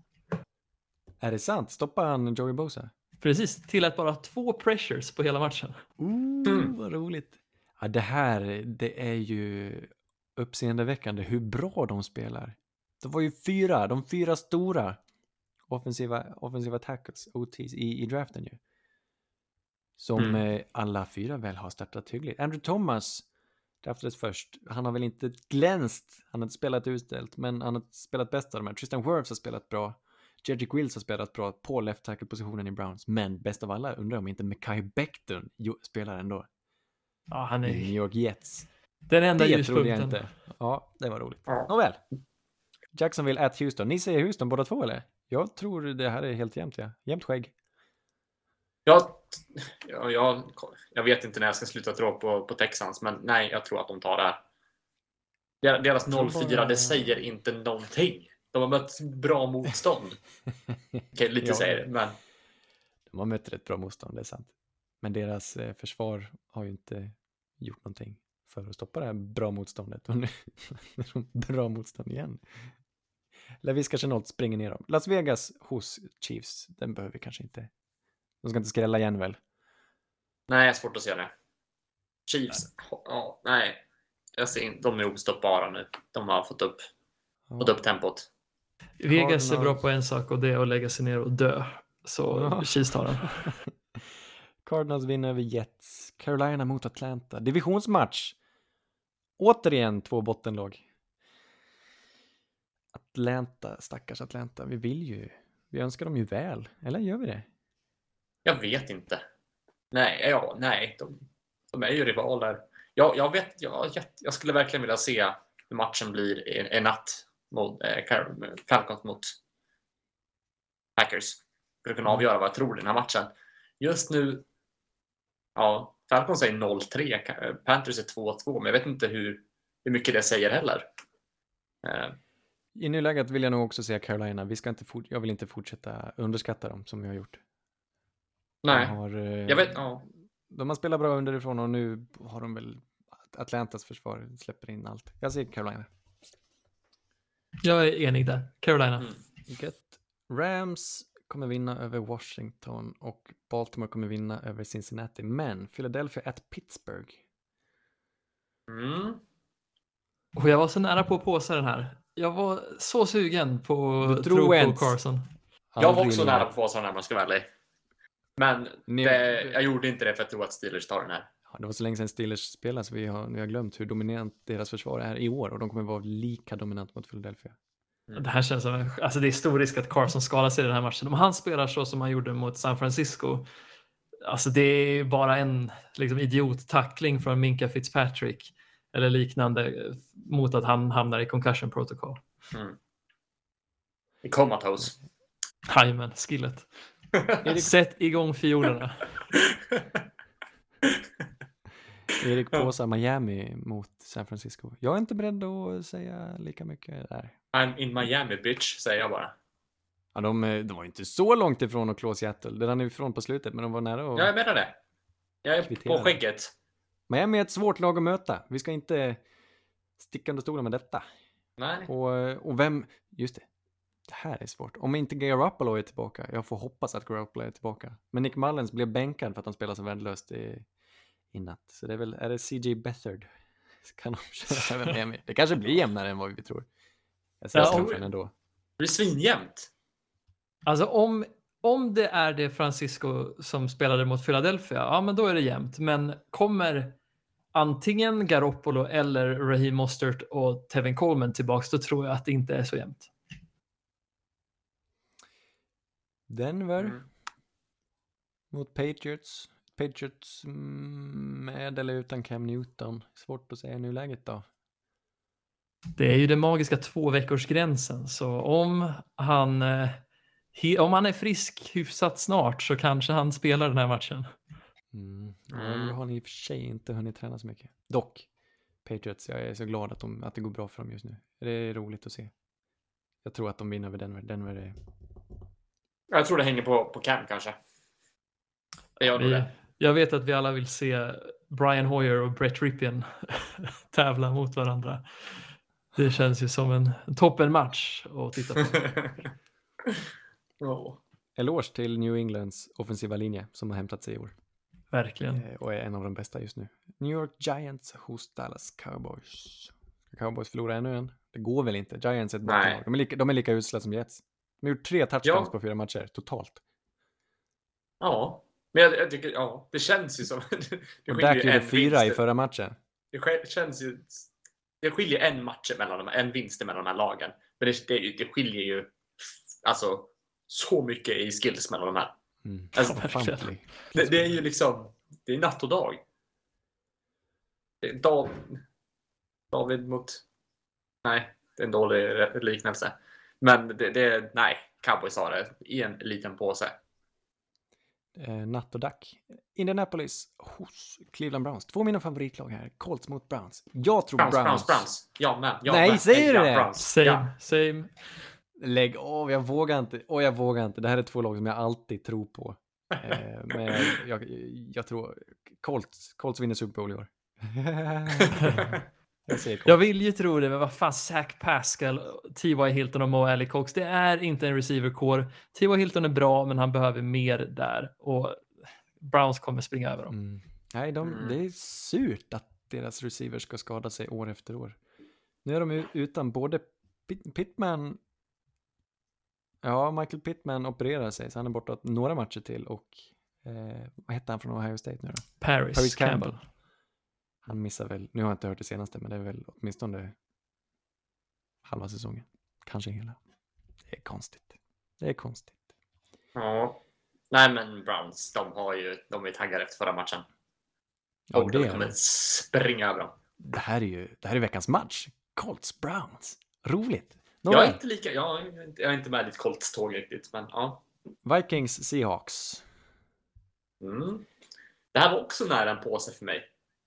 Är det sant? Stoppar han Joey Bosa? Precis, till att bara ha två pressures på hela matchen. Ooh, Mm. vad roligt. Ja, det här, det är ju uppseendeväckande hur bra de spelar. Det var ju fyra, de fyra stora offensiva, offensiva tackles, O Ts, i, i draften ju. Som Mm. eh, alla fyra väl har startat hyggligt. Andrew Thomas draftades först. Han har väl inte glänst, han har inte spelat utställt, men han har spelat bäst av de här. Tristan Wirfs har spelat bra, Jedrick Wills har spelat bra på left tackle-positionen i Browns, men bäst av alla undrar om inte Mekhi Becton jo, spelar ändå. Ja, han är i New York Jets. den enda Det trodde jag ljuspunkten. inte. Ja, det var roligt. Ja. Nåväl. Jacksonville at Houston. Ni säger Houston båda två, eller? Jag tror det här är helt jämnt, ja. Jämnt skägg. Jag, jag, jag, jag vet inte när jag ska sluta tro på, på Texans, men nej, jag tror att de tar det här. Der- Deras noll fyra, det säger inte någonting. De har mött bra motstånd. Okej, lite Ja. säger det, men De har mött ett bra motstånd, det är sant. Men deras eh, försvar har ju inte gjort någonting för att stoppa det här bra motståndet. Och nu är de bra motstånd igen. Laviska Chenault springer ner dem. Las Vegas hos Chiefs, den behöver vi kanske inte. De ska inte skrälla igen väl? nej, jag har svårt att se det. Chiefs, ja, nej. Jag ser inte, de är ostoppbara nu. De har fått upp, Ja. fått upp tempot. Vegas är Cardinals. bra på en sak och det är att lägga sig ner och dö. Så Ja. Chiefs tar den. Cardinals vinner över Jets. Carolina mot Atlanta. Divisionsmatch. Återigen två bottenlag. Atlanta, stackars Atlanta. Vi vill ju, vi önskar dem ju väl. Eller gör vi det? Jag vet inte. Nej, ja, nej. De, de är ju rivaler. Jag, jag vet, jag, jag skulle verkligen vilja se hur matchen blir en, en natt mot eh, Falcons mot Packers. För att kunna avgöra vad jag tror i den här matchen. Just nu, ja, Falcons är noll tre, Panthers är två två, men jag vet inte hur, hur mycket det säger heller. Eh, I nuläget vill jag nog också säga Carolina. Vi ska inte fort, jag vill inte fortsätta underskatta dem som vi har gjort. nej, De har, eh, jag vet, ja. de har spelat bra underifrån och nu har de väl Atlantas försvar släpper in allt. Jag säger Carolina. Jag är enig där. Carolina. Mm. Gött. Rams kommer vinna över Washington och Baltimore kommer vinna över Cincinnati. Men Philadelphia at Pittsburgh. Mm. Och jag var så nära på att påsa den här. Jag var så sugen på Du att tror tro på ens. Jag Carson. var Aldrig också i nära livet. på påsen när man ska vara ärlig. Men Ni- det, jag gjorde inte det för att tro att Steelers tar den här. Ja, det var så länge sedan Steelers spelade så vi har, vi har glömt hur dominant deras försvar är i år och de kommer vara lika dominant mot Philadelphia. Det här känns som en, alltså det är stor risk att Carson skadar sig i den här matchen. Om han spelar så som han gjorde mot San Francisco, alltså det är bara en liksom, idiottackling från Minka Fitzpatrick eller liknande mot att han hamnar i concussion protocol. Mm. I comatose. Jajamän, skillet. Sätt igång fiolerna. Erik påsar Miami mot San Francisco. Jag är inte beredd att säga lika mycket där. I'm in Miami bitch, säger jag bara. Ja, de, de var inte så långt ifrån att klå Seattle. Det rann ifrån på slutet, men de var nära att... Ja, jag menar det. Jag är Kvittera. på skägget. Miami är ett svårt lag att möta. Vi ska inte sticka under stolen med detta. Nej. Och, och vem... Just det. Det här är svårt. Om inte Garoppolo är tillbaka. Jag får hoppas att Garoppolo är tillbaka. Men Nick Mullens blev bänkad för att han spelar så värdelöst i, i natt. Så det är väl... Är det C J Beathard? Så kan de köra över Miami. Det kanske blir jämnare än vad vi tror. Jag ser Ja, ja, och- ändå. Det blir svinjämnt. Alltså om, om det är det Francisco som spelade mot Philadelphia, ja men då är det jämnt. Men kommer antingen Garoppolo eller Raheem Mostert och Tevin Coleman tillbaks, då tror jag att det inte är så jämnt. Denver Mm. mot Patriots. Patriots mm, med eller utan Cam Newton. Svårt att säga i nuläget då. Det är ju den magiska två veckors gränsen, så om han, eh, he, om han är frisk hyfsat snart så kanske han spelar den här matchen. Mm. Ja, Mm. nu har ni i och för sig inte hunnit träna så mycket. Dock, Patriots, jag är så glad att, de, att det går bra för dem just nu. Det är roligt att se. Jag tror att de vinner över Denver. Denver är... Jag tror det hänger på, på Cam kanske. Det gör nog Vi, det. jag vet att vi alla vill se Brian Hoyer och Brett Ripien tävla mot varandra. Det känns ju som en toppenmatch att titta på. oh. Eloge till New Englands offensiva linje som har hämtat sig i år. Verkligen. Eh, Och är en av de bästa just nu. New York Giants hos Dallas Cowboys. Ska Cowboys förlora ännu en? Det går väl inte. Giants är ett bottenlag. De är lika, de är lika usla som Jets. De har gjort tre touchdowns Ja. på fyra matcher totalt. Ja. Men jag, jag tycker, ja, det känns ju som... det Och skiljer Dak ju gjorde en fyra i vinst. förra matchen. det känns ju... Det skiljer en match mellan dem, en vinst mellan de här lagen. Men det, det, det skiljer ju alltså så mycket i skills mellan de här. Mm. Alltså, Ofantlig. det, det är ju liksom, det är natt och dag. Det är Dav, David mot... Nej, det är en dålig liknelse. Men det, det är, nej, Cowboys har det i en liten påse. Eh, natt och dack. Indianapolis hos Cleveland Browns. Två av mina favoritlag här. Colts mot Browns. Jag tror Browns, Browns. Browns, Browns. Ja, men. Ja, Nej, men. säger du ja, det? Browns. Same, Ja. same. Lägg av, jag vågar inte. Och jag vågar inte. Det här är två lag som jag alltid tror på. Eh, men jag, jag, jag tror Colts, Colts vinner Super Bowl i år. jag säger Colts. Jag vill ju tro det, men vad fan, Zach Pascal, T Y Hilton och Mo Alley Cox, det är inte en receiver-core. T Y Hilton är bra, men han behöver mer där. Och Browns kommer springa över dem. Mm. Nej, de, Mm. det är surt att deras receivers ska skada sig år efter år. Nu är de ju utan både Pitt- Pittman. Ja, Michael Pittman opererar sig, så han är borta några matcher till. Och eh, vad heter han från Ohio State nu då? Paris, Paris Campbell. Campbell. Han missar väl, nu har jag inte hört det senaste, men det är väl åtminstone halva säsongen. Kanske hela. Det är konstigt. Det är konstigt. Ja. Nej, men Browns, de har ju, de är taggade efter förra matchen. Ja, och det de är kommer det. springa över dem. Det här är ju, det här är veckans match. Colts Browns. Roligt. Jag Nåväl. är inte lika, jag är inte, jag är inte med i ditt Colts-tåg riktigt, men ja. Vikings Seahawks. Mm. Det här var också nära en påse för mig.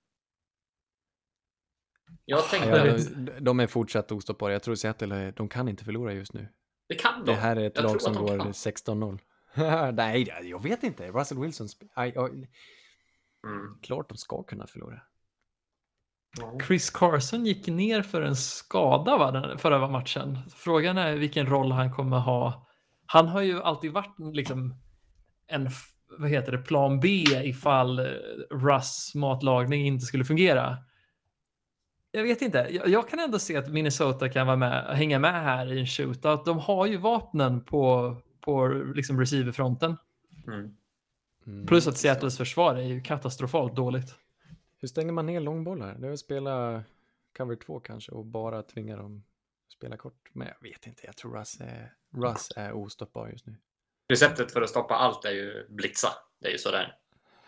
Jag tänkte, Ja, det- de, de är fortsatt ostoppbara. Jag tror Seattle, är- de kan inte förlora just nu. det kan de. Det här är ett Jag lag tror som att de går kan. sexton noll. Nej, jag vet inte. Russell Wilson, sp- aj, aj, Mm. klart de ska kunna förlora. Ja. Chris Carson gick ner för en skada va, den förra matchen. Frågan är vilken roll han kommer ha. Han har ju alltid varit liksom en f- vad heter det, plan B ifall eh, Russ matlagning inte skulle fungera. Jag vet inte. Jag, jag kan ändå se att Minnesota kan vara med, hänga med här i en shootout. De har ju vapnen på, på liksom receiverfronten. Mm. Mm. Plus att Seattles försvar är ju katastrofalt dåligt. Hur stänger man ner långbollar? Det är att spela cover två kanske och bara tvinga dem att spela kort. Men jag vet inte, jag tror Russ är, Russ är ostoppbar just nu. Receptet för att stoppa allt är ju blitza. Det är ju sådär.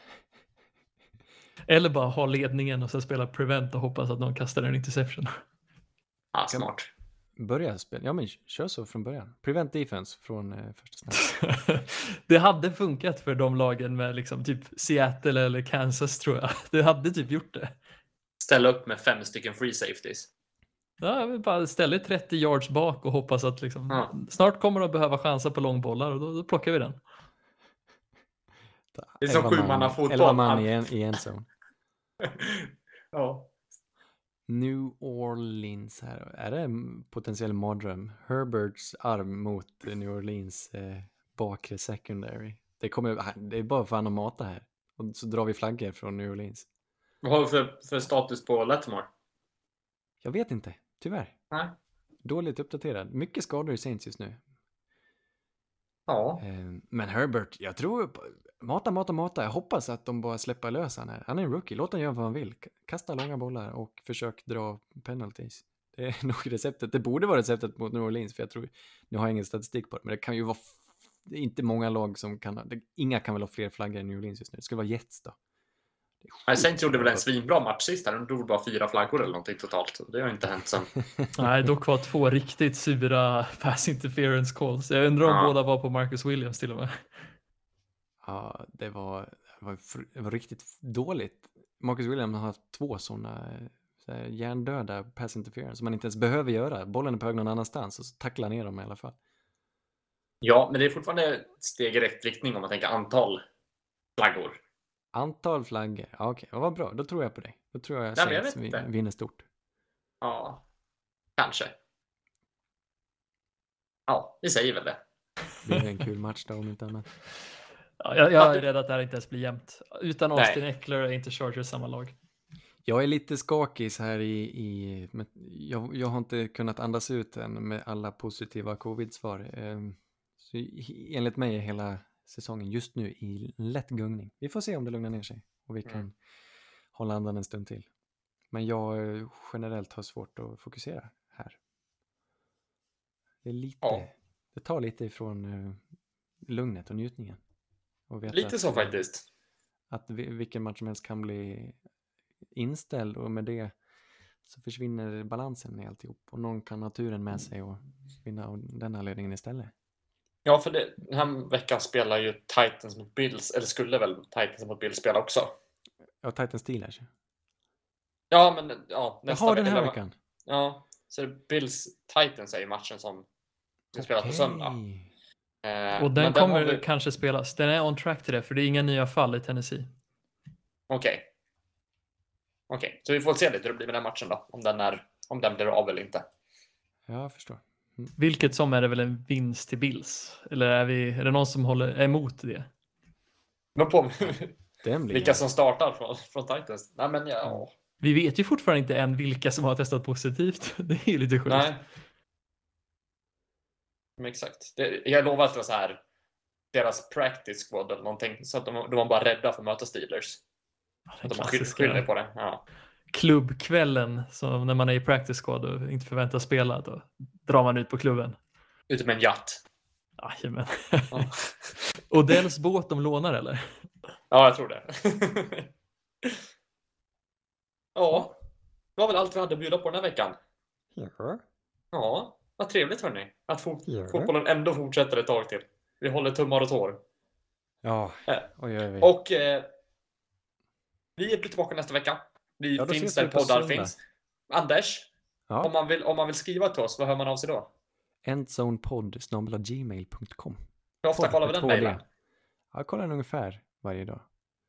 Eller bara ha ledningen och sen spela prevent och hoppas att någon kastar en interception. Ja, smart. Börja spela, ja men kör så från början. Prevent defense från eh, första snacket. Det hade funkat för de lagen med liksom typ Seattle eller Kansas tror jag. Det hade typ gjort det. Ställa upp med fem stycken free safeties. Ja, vi bara ställer trettio yards bak och hoppas att liksom, Ja. snart kommer de att behöva chansa på långbollar och då, då plockar vi den. Det är som Elva man- sjumannafotboll. elva man i en, i en zone. Ja. New Orleans här. Är det en potentiell mardröm? Herberts arm mot New Orleans eh, bakre secondary. Det, kommer, det är bara fan att mata här. Och så drar vi flaggor från New Orleans. Vad har vi för, för status på Lattimore? Jag vet inte, tyvärr. Nej. Dåligt uppdaterad. Mycket skador i Saints just nu. Ja. Eh, men Herbert, jag tror... på- Mata, mata, mata. Jag hoppas att de bara släpper lös han här. Han är en rookie. Låt han göra vad han vill. Kasta långa bollar och försök dra penalties. Det är nog receptet. Det borde vara receptet mot New Orleans. För jag tror... Nu har jag ingen statistik på det. Men det kan ju vara... f- Det är inte många lag som kan... Det, inga kan väl ha fler flaggor än New Orleans just nu. Det skulle vara Jets då. Det är Nej, sjukt. Saints gjorde väl en svinbra match sist här. De drog bara fyra flaggor eller någonting totalt. Det har inte hänt sen. Nej, dock var två riktigt sura pass interference calls. Jag undrar om Ja. båda var på Marcus Williams till och med. Ja, det var, det var, fr- det var riktigt dåligt. Marcus Williams har haft två sådana så här, hjärndöda pass interference som man inte ens behöver göra. Bollen är på väg någon annanstans och så tacklar ner dem i alla fall. Ja, men det är fortfarande ett steg i rätt riktning om man tänker antal flaggor. Antal flaggor. Ja, okej, ja, vad bra. Då tror jag på dig. Då tror jag Nej, men jag Saints vet vi- inte. vinner stort. Ja, kanske. Ja, vi säger väl det. Det blir en kul match då om inte annat. Ja, jag, jag är rädd att det här inte ens blir jämnt. Utan Nej. Austin Eckler är inte Chargers samma lag. Jag är lite skakig här i... i men jag, jag har inte kunnat andas ut än med alla positiva covid-svar. Ehm, Så i- enligt mig är hela säsongen just nu i lätt gungning. Vi får se om det lugnar ner sig och vi kan Mm. hålla andan en stund till. Men jag eh, generellt har svårt att fokusera här. Det är lite... Ja. Det tar lite ifrån eh, lugnet och njutningen. Och veta Lite att, så faktiskt. Att vi- vilken match som helst kan bli inställd. Och med det så försvinner balansen i alltihop. Och någon kan ha turen med sig och vinna av den anledningen istället. Ja, för det, den här veckan spelar ju Titans mot Bills. Eller skulle väl Titans mot Bills spela också? Ja, Titans Steelers. Ja, men ja, nästa Jaha, den här eller- veckan. Ja, så det Bills Titans är ju matchen som ska spelas på söndag. Okej. Eh, Och den men kommer har vi- kanske spelas. Den är on track till det, för det är inga nya fall i Tennessee. Okej. Okej, så vi får se lite hur det blir med den matchen då. Om den, är, om den blir av eller inte. Ja, jag förstår. Vilket som är det väl en vinst till Bills? Eller är, vi, är det någon som håller är emot det? Men på Den blir vilka som startar från, från Titans. Nej, men ja. Vi vet ju fortfarande inte än vilka som har testat positivt. Det är ju lite sjukt. Nej. Men exakt. Det, jag lovar att det var så här. Deras practice squad eller någonting. Så att de, de var bara rädda för att möta Steelers. Den Att de har skyll- klassiska skyller på det. Ja. klubbkvällen, så när man är i practice squad och inte förväntas spela, då drar man ut på klubben. Ute med en jatt. Jajamän. Ja. Odells båt de lånar eller? Ja, jag tror det. Ja, det var väl allt vi hade att bjuda på den här veckan. Ja. Ja, vad trevligt hörni. Att fot- Ja. fotbollen ändå fortsätter ett tag till. Vi håller tummar och tår. Ja, Eh, och gör vi. Och eh, vi är tillbaka nästa vecka. Vi Ja, då finns ses där vi på poddar söndag. finns. Anders, om, Ja, man vill, om man vill skriva till oss, vad hör man av sig då? endzonepodd snabel-a gmail punkt com. Hur ofta Podd kollar vi med den två mejlen? D. Ja, jag kollar den ungefär varje dag.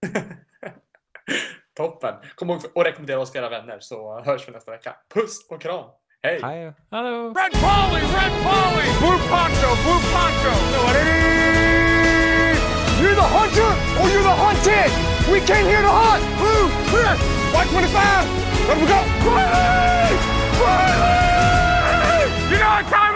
Toppen. Kom ihåg att rekommendera oss till era vänner så hörs vi nästa vecka. Puss och kram. Hej! Hej! Hallå! Red Polly, Red Polly! Blue Poncho, Blue Poncho! You're the hunter or you're the hunted! We came here to hunt! Blue, clear! White twenty-five! Let we go! Riley! Riley! You know it's time!